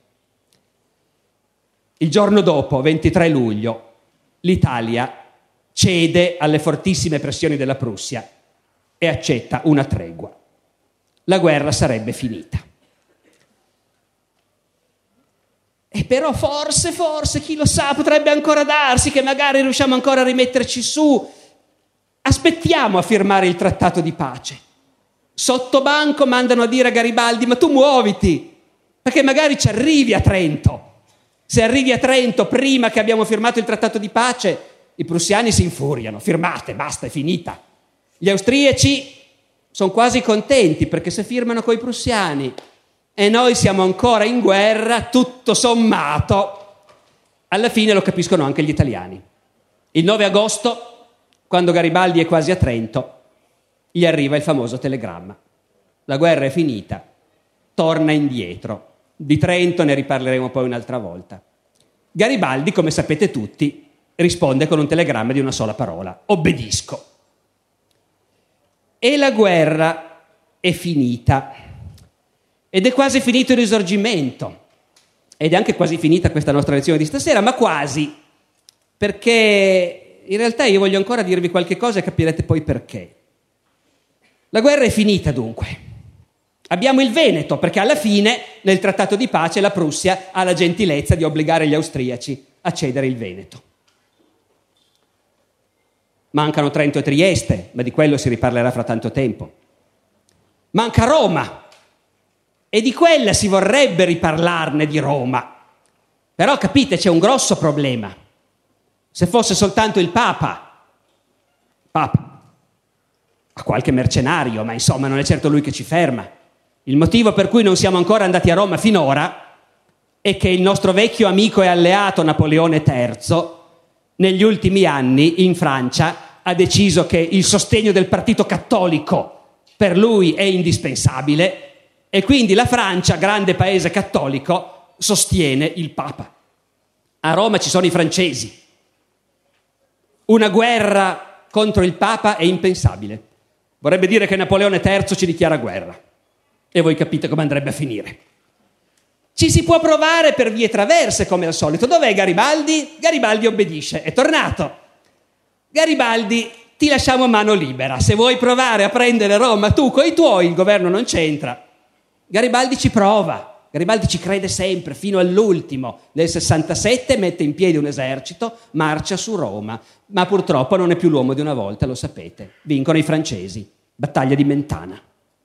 Il giorno dopo, ventitré luglio, l'Italia cede alle fortissime pressioni della Prussia e accetta una tregua. La guerra sarebbe finita. E però forse, forse, chi lo sa, potrebbe ancora darsi che magari riusciamo ancora a rimetterci su. Aspettiamo a firmare il trattato di pace. Sotto banco mandano a dire a Garibaldi: ma tu muoviti, perché magari ci arrivi a Trento. Se arrivi a Trento prima che abbiamo firmato il trattato di pace, i prussiani si infuriano. Firmate, basta, è finita. Gli austriaci sono quasi contenti, perché se firmano coi prussiani e noi siamo ancora in guerra, tutto sommato, alla fine lo capiscono anche gli italiani. Il nove agosto, quando Garibaldi è quasi a Trento, gli arriva il famoso telegramma: la guerra è finita, torna indietro. Di Trento ne riparleremo poi un'altra volta. Garibaldi, come sapete tutti, risponde con un telegramma di una sola parola: obbedisco. E la guerra è finita. Ed è quasi finito il Risorgimento. Ed è anche quasi finita questa nostra lezione di stasera, ma quasi. Perché in realtà io voglio ancora dirvi qualche cosa e capirete poi perché. La guerra è finita dunque. Abbiamo il Veneto, perché alla fine, nel trattato di pace, la Prussia ha la gentilezza di obbligare gli austriaci a cedere il Veneto. Mancano Trento e Trieste, ma di quello si riparlerà fra tanto tempo. Manca Roma, e di quella si vorrebbe riparlarne, di Roma. Però capite, c'è un grosso problema. Se fosse soltanto il Papa, Papa, ha qualche mercenario, ma insomma non è certo lui che ci ferma. Il motivo per cui non siamo ancora andati a Roma finora è che il nostro vecchio amico e alleato Napoleone terzo negli ultimi anni in Francia ha deciso che il sostegno del partito cattolico per lui è indispensabile e quindi la Francia, grande paese cattolico, sostiene il Papa. A Roma ci sono i francesi. Una guerra contro il Papa è impensabile. Vorrebbe dire che Napoleone terzo ci dichiara guerra. E voi capite come andrebbe a finire. Ci si può provare per vie traverse, come al solito. Dov'è Garibaldi? Garibaldi obbedisce, è tornato. Garibaldi, ti lasciamo mano libera. Se vuoi provare a prendere Roma tu coi tuoi, il governo non c'entra. Garibaldi ci prova. Garibaldi ci crede sempre, fino all'ultimo. Nel sessantasette mette in piedi un esercito, marcia su Roma. Ma purtroppo non è più l'uomo di una volta, lo sapete. Vincono i francesi. Battaglia di Mentana.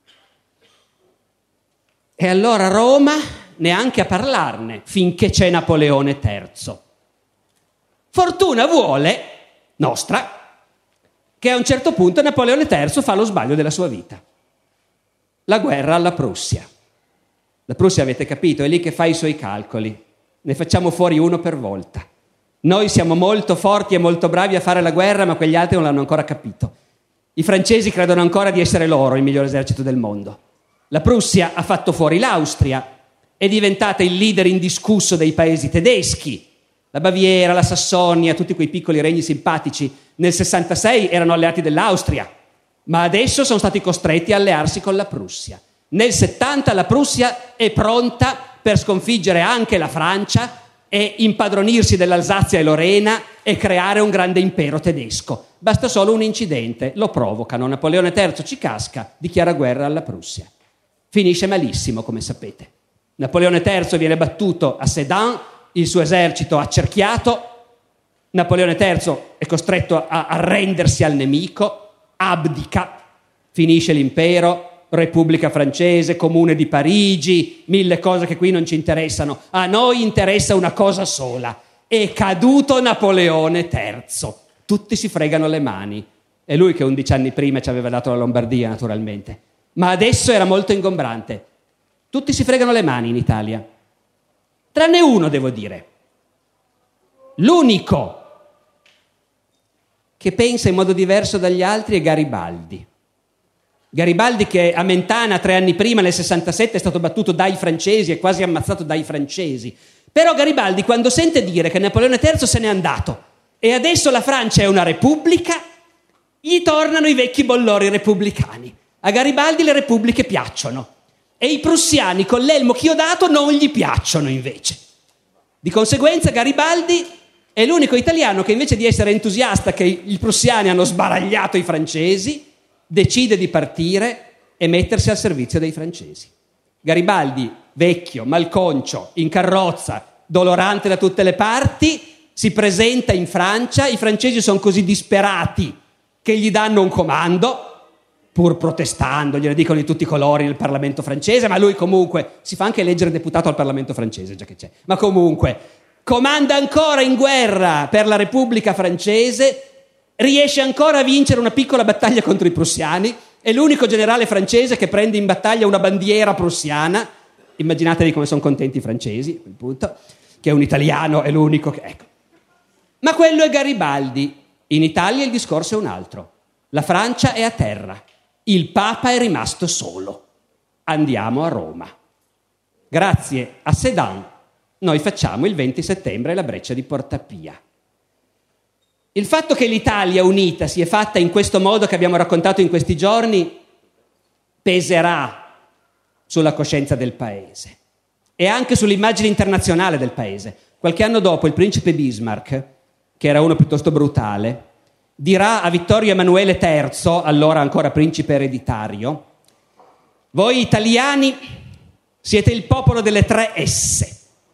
E allora Roma neanche a parlarne finché c'è Napoleone terzo. Fortuna vuole, nostra, che a un certo punto Napoleone terzo fa lo sbaglio della sua vita. La guerra alla Prussia. La Prussia, avete capito, è lì che fa i suoi calcoli. Ne facciamo fuori uno per volta. Noi siamo molto forti e molto bravi a fare la guerra, ma quegli altri non l'hanno ancora capito. I francesi credono ancora di essere loro il miglior esercito del mondo. La Prussia ha fatto fuori l'Austria, è diventata il leader indiscusso dei paesi tedeschi. La Baviera, la Sassonia, tutti quei piccoli regni simpatici nel sessantasei erano alleati dell'Austria, ma adesso sono stati costretti a allearsi con la Prussia. Nel settanta la Prussia è pronta per sconfiggere anche la Francia e impadronirsi dell'Alsazia e Lorena e creare un grande impero tedesco. Basta solo un incidente, lo provocano, Napoleone terzo ci casca, dichiara guerra alla Prussia. Finisce malissimo, come sapete. Napoleone terzo viene battuto a Sedan, il suo esercito accerchiato, Napoleone terzo è costretto a arrendersi al nemico, abdica, finisce l'impero, Repubblica francese, Comune di Parigi, mille cose che qui non ci interessano. A noi interessa una cosa sola: è caduto Napoleone terzo. Tutti si fregano le mani. È lui che undici anni prima ci aveva dato la Lombardia, naturalmente. Ma adesso era molto ingombrante. Tutti si fregano le mani in Italia. Tranne uno, devo dire. L'unico che pensa in modo diverso dagli altri è Garibaldi. Garibaldi, che a Mentana tre anni prima, nel sessantasette, è stato battuto dai francesi e quasi ammazzato dai francesi. Però Garibaldi, quando sente dire che Napoleone terzo se n'è andato e adesso la Francia è una repubblica, gli tornano i vecchi bollori repubblicani. A Garibaldi le repubbliche piacciono e i prussiani con l'elmo chiodato non gli piacciono invece. Di conseguenza Garibaldi è l'unico italiano che, invece di essere entusiasta che i prussiani hanno sbaragliato i francesi, decide di partire e mettersi al servizio dei francesi. Garibaldi, vecchio, malconcio, in carrozza, dolorante da tutte le parti, si presenta in Francia. I francesi sono così disperati che gli danno un comando, pur protestando, gliene dicono di tutti i colori nel Parlamento francese, ma lui comunque si fa anche eleggere deputato al Parlamento francese, già che c'è, ma comunque comanda ancora in guerra per la Repubblica francese, riesce ancora a vincere una piccola battaglia contro i prussiani, è l'unico generale francese che prende in battaglia una bandiera prussiana. Immaginatevi come sono contenti i francesi a quel punto, che un italiano è l'unico che... Ecco. Ma quello è Garibaldi. In Italia il discorso è un altro. La Francia è a terra, il Papa è rimasto solo. Andiamo a Roma. Grazie a Sedan noi facciamo il venti settembre la breccia di Porta Pia. Il fatto che l'Italia unita si è fatta in questo modo che abbiamo raccontato in questi giorni peserà sulla coscienza del Paese e anche sull'immagine internazionale del Paese. Qualche anno dopo il principe Bismarck, che era uno piuttosto brutale, dirà a Vittorio Emanuele terzo, allora ancora principe ereditario: voi italiani siete il popolo delle tre S.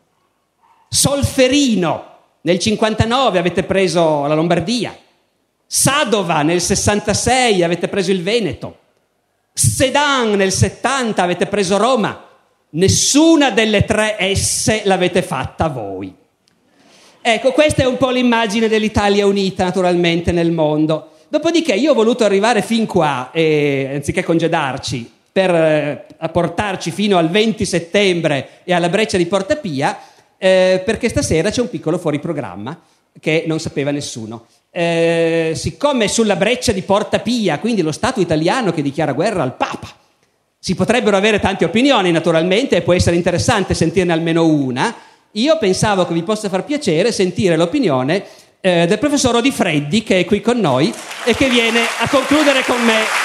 Solferino nel cinquantanove avete preso la Lombardia, Sadova nel sessantasei avete preso il Veneto, Sedan nel settanta avete preso Roma. Nessuna delle tre S l'avete fatta voi. Ecco, questa è un po' l'immagine dell'Italia unita, naturalmente, nel mondo. Dopodiché io ho voluto arrivare fin qua, e, anziché congedarci, per eh, portarci fino al venti settembre e alla breccia di Porta Pia, Eh, perché stasera c'è un piccolo fuori programma che non sapeva nessuno. Eh, siccome sulla breccia di Porta Pia, quindi lo Stato italiano che dichiara guerra al Papa, si potrebbero avere tante opinioni naturalmente e può essere interessante sentirne almeno una, io pensavo che vi possa far piacere sentire l'opinione eh, del professor Odifreddi, che è qui con noi e che viene a concludere con me.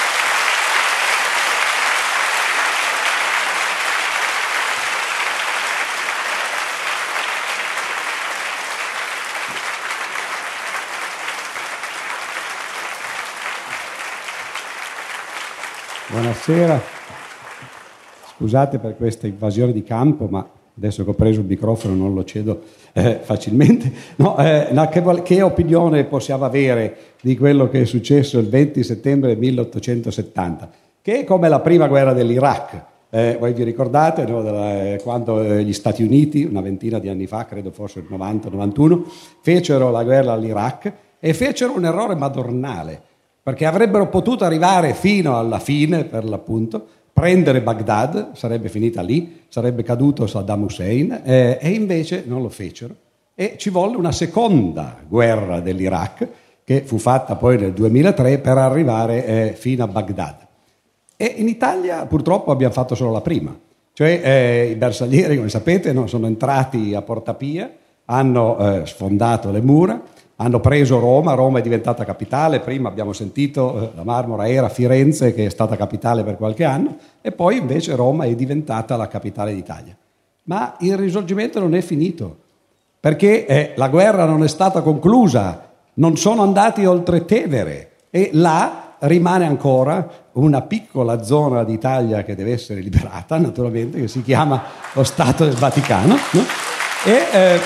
Buonasera, scusate per questa invasione di campo, ma adesso che ho preso il microfono non lo cedo eh, facilmente. No, eh, no, che, che opinione possiamo avere di quello che è successo il venti settembre milleottocentosettanta, che è come la prima guerra dell'Iraq. Eh, voi vi ricordate, no, della, eh, quando eh, gli Stati Uniti, una ventina di anni fa, credo forse il novanta novantuno, fecero la guerra all'Iraq e fecero un errore madornale, perché avrebbero potuto arrivare fino alla fine, per l'appunto, prendere Baghdad, sarebbe finita lì, sarebbe caduto Saddam Hussein, eh, e invece non lo fecero. E ci volle una seconda guerra dell'Iraq, che fu fatta poi nel duemilatré per arrivare eh, fino a Baghdad. E in Italia purtroppo abbiamo fatto solo la prima. Cioè eh, i bersaglieri, come sapete, no, sono entrati a Porta Pia, hanno eh, sfondato le mura, hanno preso Roma, Roma è diventata capitale, prima abbiamo sentito, eh, la Marmora era Firenze che è stata capitale per qualche anno, e poi invece Roma è diventata la capitale d'Italia. Ma il risorgimento non è finito, perché eh, la guerra non è stata conclusa, non sono andati oltre Tevere e là rimane ancora una piccola zona d'Italia che deve essere liberata, naturalmente, che si chiama lo Stato del Vaticano, no? E eh,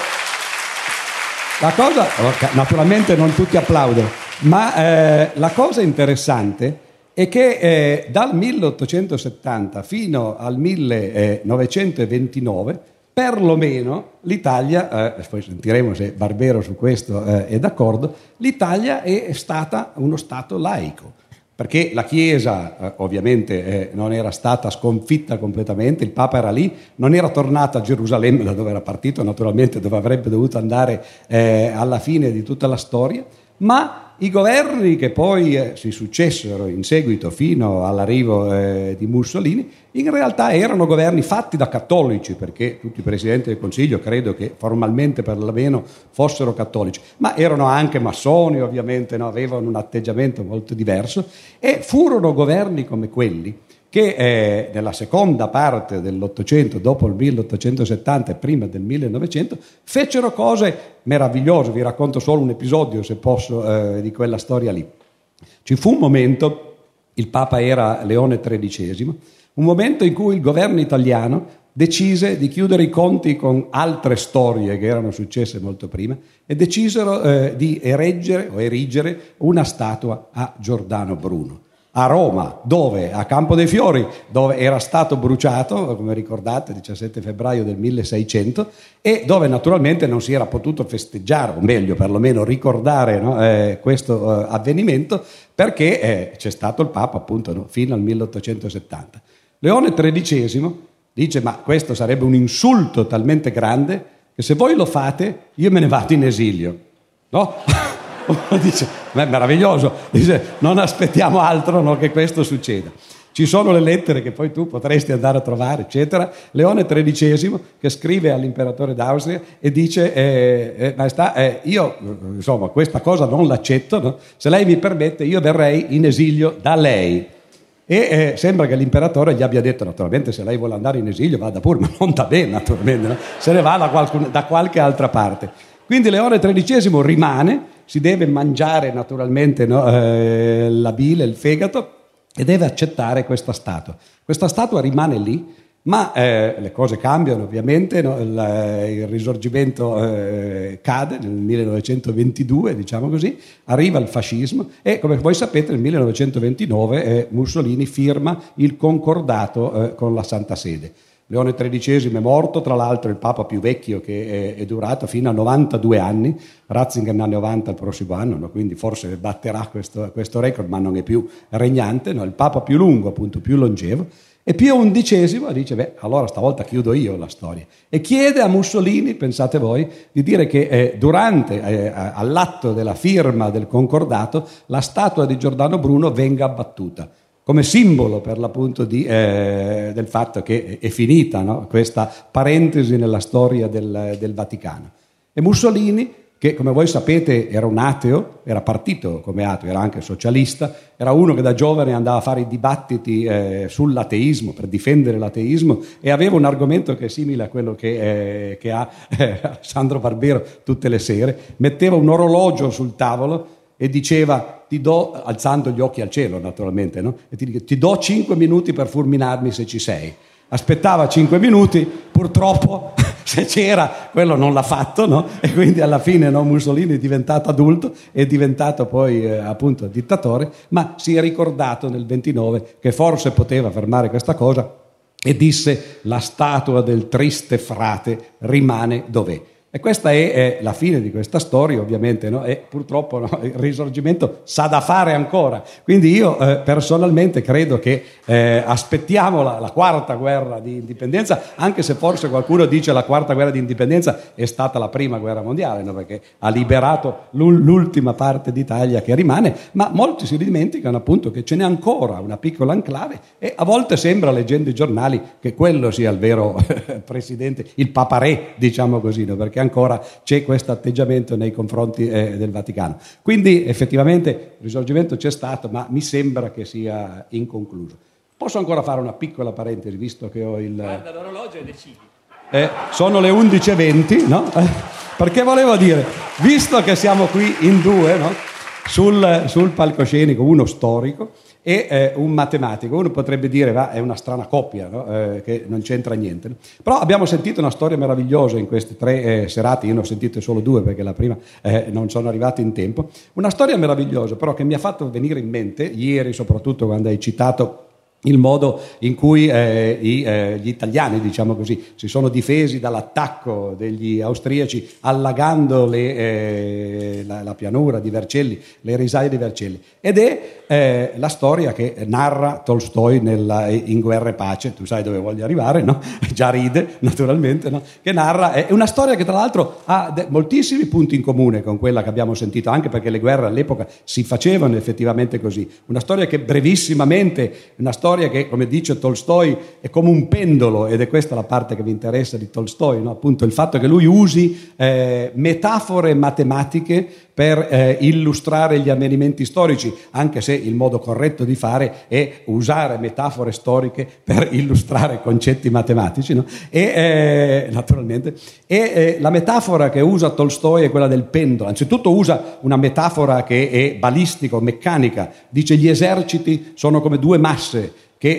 la cosa, naturalmente non tutti applaudono, ma eh, la cosa interessante è che eh, dal milleottocentosettanta fino al millenovecentoventinove perlomeno l'Italia, eh, poi sentiremo se Barbero su questo eh, è d'accordo, l'Italia è stata uno Stato laico, perché la Chiesa eh, ovviamente eh, non era stata sconfitta completamente, il Papa era lì, non era tornato a Gerusalemme da dove era partito, naturalmente dove avrebbe dovuto andare eh, alla fine di tutta la storia, ma i governi che poi eh, si successero in seguito fino all'arrivo eh, di Mussolini in realtà erano governi fatti da cattolici, perché tutti i presidenti del Consiglio credo che formalmente perlomeno fossero cattolici, ma erano anche massoni ovviamente, no? Avevano un atteggiamento molto diverso e furono governi come quelli che eh, nella seconda parte dell'Ottocento, dopo il milleottocentosettanta e prima del millenovecento, fecero cose meravigliose. Vi racconto solo un episodio, se posso, eh, di quella storia lì. Ci fu un momento, il Papa era Leone tredicesimo, un momento in cui il governo italiano decise di chiudere i conti con altre storie che erano successe molto prima e decisero eh, di ereggere o erigere una statua a Giordano Bruno. A Roma, dove? A Campo dei Fiori, dove era stato bruciato, come ricordate, il diciassette febbraio del milleseicento, e dove naturalmente non si era potuto festeggiare, o meglio, perlomeno ricordare, no, eh, questo eh, avvenimento, perché eh, c'è stato il Papa, appunto, no, fino al milleottocentosettanta. Leone tredicesimo dice: ma questo sarebbe un insulto talmente grande che se voi lo fate io me ne vado in esilio, no? Dice, ma è meraviglioso, dice, non aspettiamo altro, no, che questo succeda. Ci sono le lettere che poi tu potresti andare a trovare, eccetera. Leone tredicesimo che scrive all'imperatore d'Austria e dice: eh, eh, maestà, eh, io insomma questa cosa non l'accetto, no? Se lei mi permette io verrei in esilio da lei. E eh, sembra che l'imperatore gli abbia detto: naturalmente se lei vuole andare in esilio vada pure, ma non da me naturalmente, no? Se ne va da, qualcun, da qualche altra parte. Quindi Leone tredicesimo rimane, si deve mangiare naturalmente, no, eh, la bile, il fegato, e deve accettare questa statua. Questa statua rimane lì, ma eh, le cose cambiano ovviamente, no? il, il risorgimento eh, cade nel millenovecentoventidue, diciamo così, arriva il fascismo e come voi sapete nel millenovecentoventinove eh, Mussolini firma il concordato eh, con la Santa Sede. Leone tredicesimo è morto, tra l'altro il Papa più vecchio che è, è durato fino a novantadue anni, Ratzinger ne ha novanta il prossimo anno, no? Quindi forse batterà questo, questo record, ma non è più regnante, no? Il Papa più lungo, appunto più longevo. E Pio undicesimo dice: beh, allora stavolta chiudo io la storia. E chiede a Mussolini, pensate voi, di dire che eh, durante, eh, all'atto della firma del concordato, la statua di Giordano Bruno venga abbattuta, come simbolo per l'appunto di, eh, del fatto che è finita, no? Questa parentesi nella storia del, del Vaticano. E Mussolini, che come voi sapete era un ateo, era partito come ateo, era anche socialista, era uno che da giovane andava a fare i dibattiti eh, sull'ateismo, per difendere l'ateismo, e aveva un argomento che è simile a quello che, eh, che ha eh, Sandro Barbero tutte le sere, metteva un orologio sul tavolo e diceva: ti do, alzando gli occhi al cielo naturalmente, no? E ti, ti do cinque minuti per fulminarmi se ci sei. Aspettava cinque minuti, purtroppo se c'era quello non l'ha fatto, no? E quindi alla fine, no, Mussolini è diventato adulto, è diventato poi eh, appunto dittatore, ma si è ricordato nel ventinove che forse poteva fermare questa cosa e disse: la statua del triste frate rimane dov'è. E questa è, è la fine di questa storia, ovviamente, no? E purtroppo, no, il risorgimento s'ha da fare ancora. Quindi io eh, personalmente credo che eh, aspettiamo la, la quarta guerra di indipendenza, anche se forse qualcuno dice la quarta guerra di indipendenza è stata la prima guerra mondiale, no? Perché ha liberato l'ultima parte d'Italia che rimane, ma molti si dimenticano appunto che ce n'è ancora una piccola enclave e a volte sembra, leggendo i giornali, che quello sia il vero presidente, il paparè, diciamo così, no? Perché ancora c'è questo atteggiamento nei confronti eh, del Vaticano. Quindi effettivamente il risorgimento c'è stato, ma mi sembra che sia inconcluso. Posso ancora fare una piccola parentesi, visto che ho il... Guarda l'orologio e decidi. eh, sono le undici e venti, no? Eh, perché volevo dire, visto che siamo qui in due, no? sul, sul palcoscenico, uno storico e eh, un matematico, uno potrebbe dire va, è una strana coppia, no? eh, che non c'entra niente, no? Però abbiamo sentito una storia meravigliosa in queste tre eh, serate. Io ne ho sentite solo due perché la prima eh, non sono arrivato in tempo, una storia meravigliosa però che mi ha fatto venire in mente ieri, soprattutto quando hai citato il modo in cui eh, i, eh, gli italiani, diciamo così, si sono difesi dall'attacco degli austriaci allagando le, eh, la, la pianura di Vercelli, le risaie di Vercelli. Ed è eh, la storia che narra Tolstoi nella, in Guerra e Pace, tu sai dove voglio arrivare, no? Già ride, naturalmente, no? Che narra, è una storia che tra l'altro ha de- moltissimi punti in comune con quella che abbiamo sentito, anche perché le guerre all'epoca si facevano effettivamente così. Una storia che brevissimamente, una storia che, come dice Tolstoi, è come un pendolo, ed è questa la parte che vi interessa di Tolstoi, no? Appunto il fatto che lui usi eh, metafore matematiche per eh, illustrare gli avvenimenti storici, anche se il modo corretto di fare è usare metafore storiche per illustrare concetti matematici, no? E eh, naturalmente e eh, la metafora che usa Tolstoi è quella del pendolo. Anzitutto usa una metafora che è balistica o meccanica, dice gli eserciti sono come due masse che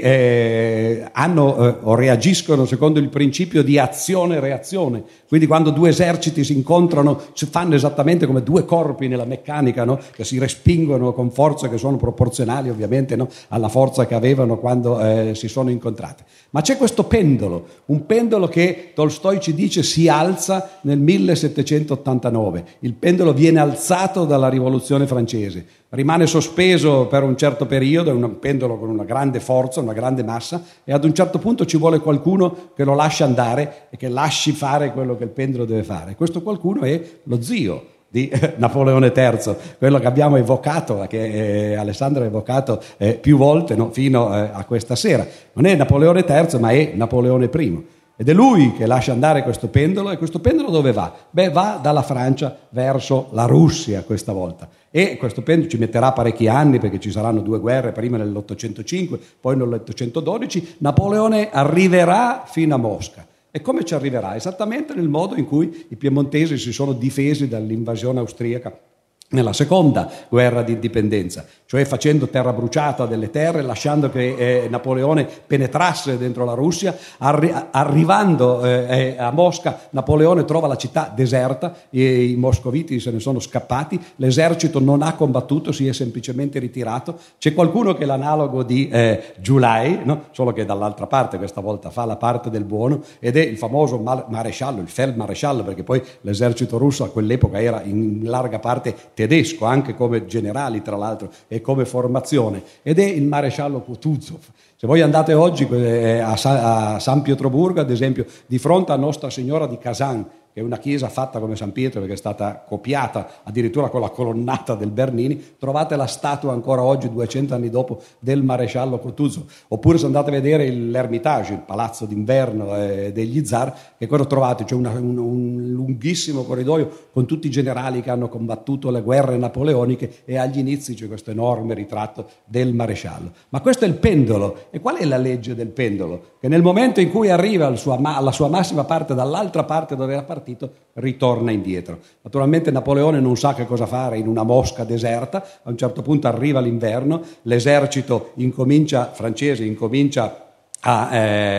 eh, hanno eh, o reagiscono secondo il principio di azione-reazione. Quindi quando due eserciti si incontrano si fanno esattamente come due corpi nella meccanica, no? Che si respingono con forze che sono proporzionali ovviamente, no? Alla forza che avevano quando eh, si sono incontrate. Ma c'è questo pendolo, un pendolo che Tolstoi ci dice si alza nel millesettecentottantanove. Il pendolo viene alzato dalla rivoluzione francese, rimane sospeso per un certo periodo, è un pendolo con una grande forza, una grande massa, e ad un certo punto ci vuole qualcuno che lo lasci andare e che lasci fare quello che il pendolo deve fare. Questo qualcuno è lo zio di Napoleone terzo, quello che abbiamo evocato, che eh, Alessandro ha evocato eh, più volte, no? Fino eh, a questa sera. Non è Napoleone terzo, ma è Napoleone primo. Ed è lui che lascia andare questo pendolo, e questo pendolo dove va? Beh, va dalla Francia verso la Russia questa volta. E questo pendolo ci metterà parecchi anni perché ci saranno due guerre, prima nell'ottocentocinque, poi nell'ottocentododici. Napoleone arriverà fino a Mosca. E come ci arriverà? Esattamente nel modo in cui i piemontesi si sono difesi dall'invasione austriaca nella seconda guerra di indipendenza, cioè facendo terra bruciata delle terre, lasciando che eh, Napoleone penetrasse dentro la Russia. Arri- arrivando eh, a Mosca, Napoleone trova la città deserta, e i moscoviti se ne sono scappati, l'esercito non ha combattuto, si è semplicemente ritirato. C'è qualcuno che è l'analogo di eh, Giulai, no? Solo che dall'altra parte, questa volta fa la parte del buono, ed è il famoso mar- maresciallo, il Feldmaresciallo, perché poi l'esercito russo a quell'epoca era in larga parte tedesco, anche come generali tra l'altro e come formazione, ed è il maresciallo Kutuzov. Se voi andate oggi a San Pietroburgo, ad esempio, di fronte a Nostra Signora di Kazan, che è una chiesa fatta come San Pietro, perché è stata copiata addirittura con la colonnata del Bernini, trovate la statua ancora oggi, duecento anni dopo, del maresciallo Kutuzov. Oppure se andate a vedere l'Ermitage, il palazzo d'inverno eh, degli zar, che cosa trovate? C'è una, un, un lunghissimo corridoio con tutti i generali che hanno combattuto le guerre napoleoniche, e agli inizi c'è questo enorme ritratto del maresciallo. Ma questo è il pendolo. E qual è la legge del pendolo? Che nel momento in cui arriva al sua, alla sua massima parte, dall'altra parte dove era partito, ritorna indietro. Naturalmente Napoleone non sa che cosa fare in una Mosca deserta. A un certo punto arriva l'inverno, l'esercito incomincia, francese incomincia a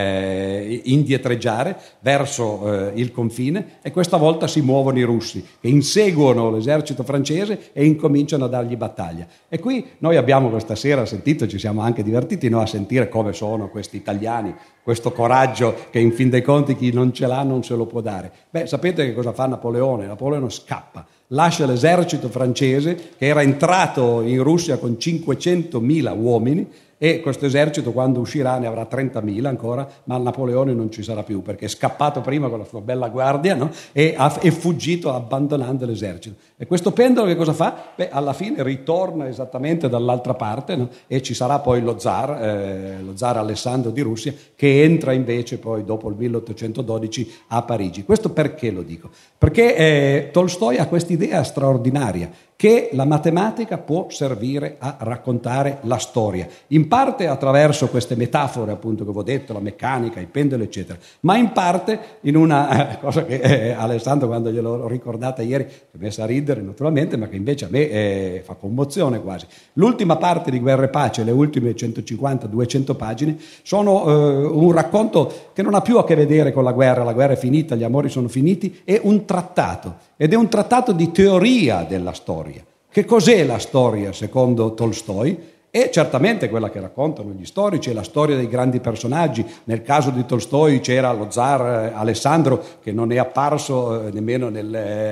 eh, indietreggiare verso eh, il confine, e questa volta si muovono i russi che inseguono l'esercito francese e incominciano a dargli battaglia. E qui noi abbiamo questa sera sentito, ci siamo anche divertiti no, a sentire come sono questi italiani, questo coraggio che in fin dei conti chi non ce l'ha non se lo può dare. Beh, sapete che cosa fa Napoleone? Napoleone scappa, lascia l'esercito francese che era entrato in Russia con cinquecentomila uomini, e questo esercito quando uscirà ne avrà trentamila ancora, ma Napoleone non ci sarà più perché è scappato prima con la sua bella guardia, no? e ha, è fuggito abbandonando l'esercito. E questo pendolo che cosa fa? Beh, alla fine ritorna esattamente dall'altra parte, no? E ci sarà poi lo zar, eh, lo zar Alessandro di Russia, che entra invece poi dopo il milleottocentododici a Parigi. Questo perché lo dico? Perché eh, Tolstoi ha questa idea straordinaria che la matematica può servire a raccontare la storia, in in parte attraverso queste metafore appunto che vi ho detto, la meccanica, i pendoli eccetera, ma in parte in una eh, cosa che eh, Alessandro quando gliel'ho ricordata ieri si è messa a ridere naturalmente, ma che invece a me eh, fa commozione quasi. L'ultima parte di Guerra e Pace, le ultime centocinquanta duecento pagine, sono eh, un racconto che non ha più a che vedere con la guerra, la guerra è finita, gli amori sono finiti, è un trattato, ed è un trattato di teoria della storia. Che cos'è la storia secondo Tolstoi? È certamente quella che raccontano gli storici, è la storia dei grandi personaggi. Nel caso di Tolstoi c'era lo zar Alessandro, che non è apparso eh, nemmeno nel,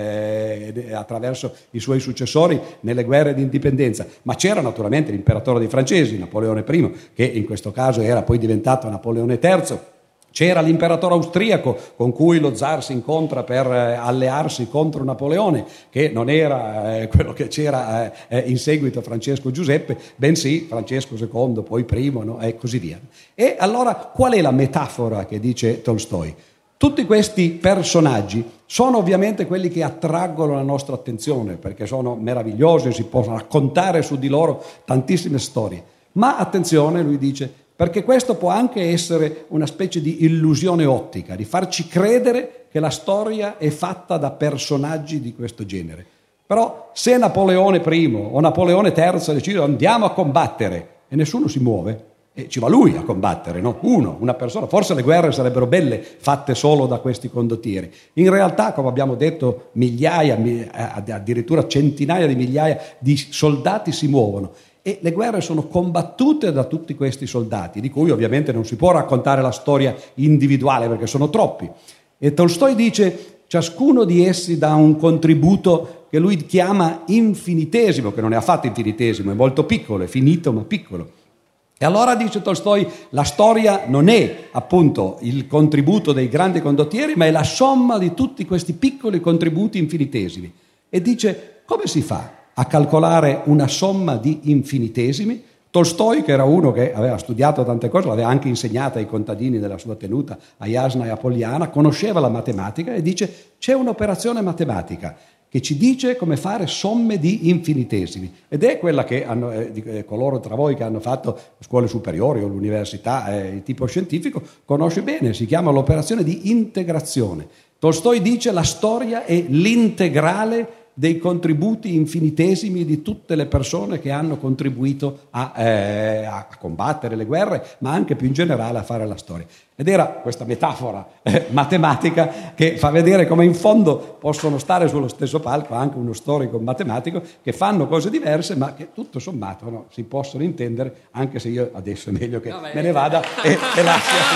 eh, attraverso i suoi successori nelle guerre di indipendenza, ma c'era naturalmente l'imperatore dei francesi, Napoleone I, che in questo caso era poi diventato Napoleone terzo. C'era l'imperatore austriaco con cui lo zar si incontra per eh, allearsi contro Napoleone, che non era eh, quello che c'era eh, in seguito Francesco Giuseppe, bensì Francesco secondo, poi primo, no? E così via. E allora qual è la metafora che dice Tolstoi? Tutti questi personaggi sono ovviamente quelli che attraggono la nostra attenzione, perché sono meravigliosi, si possono raccontare su di loro tantissime storie. Ma attenzione, lui dice, perché questo può anche essere una specie di illusione ottica, di farci credere che la storia è fatta da personaggi di questo genere. Però se Napoleone I o Napoleone terzo decidono andiamo a combattere e nessuno si muove, e ci va lui a combattere, no? Uno, una persona. Forse le guerre sarebbero belle fatte solo da questi condottieri. In realtà, come abbiamo detto, migliaia, addirittura centinaia di migliaia di soldati si muovono. E le guerre sono combattute da tutti questi soldati, di cui ovviamente non si può raccontare la storia individuale perché sono troppi. E Tolstoi dice, ciascuno di essi dà un contributo che lui chiama infinitesimo, che non è affatto infinitesimo, è molto piccolo, è finito ma piccolo. E allora dice Tolstoi, la storia non è appunto il contributo dei grandi condottieri, ma è la somma di tutti questi piccoli contributi infinitesimi. E dice, come si fa a calcolare una somma di infinitesimi? Tolstoi, che era uno che aveva studiato tante cose, l'aveva anche insegnata ai contadini della sua tenuta a Jasna e a Pogliana, conosceva la matematica e dice c'è un'operazione matematica che ci dice come fare somme di infinitesimi, ed è quella che hanno, eh, di, eh, coloro tra voi che hanno fatto scuole superiori o l'università eh, di tipo scientifico conosce bene, si chiama l'operazione di integrazione. Tolstoi dice la storia è l'integrale dei contributi infinitesimi di tutte le persone che hanno contribuito a, eh, a combattere le guerre, ma anche più in generale a fare la storia. Ed era questa metafora eh, matematica che fa vedere come in fondo possono stare sullo stesso palco anche uno storico e un matematico che fanno cose diverse, ma che tutto sommato no, si possono intendere, anche se io adesso è meglio che no, me ne vada e, e lasci a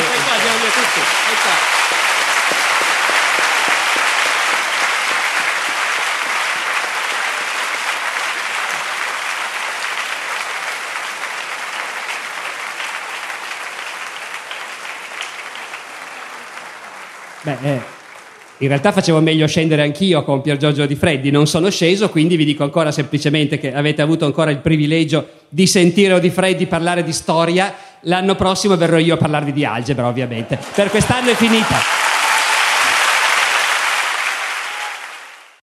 te. Beh, eh, in realtà facevo meglio scendere anch'io con Pier Giorgio Di Freddi, non sono sceso, quindi vi dico ancora semplicemente che avete avuto ancora il privilegio di sentire Di Freddi parlare di storia. L'anno prossimo verrò io a parlarvi di algebra, ovviamente. Per quest'anno è finita.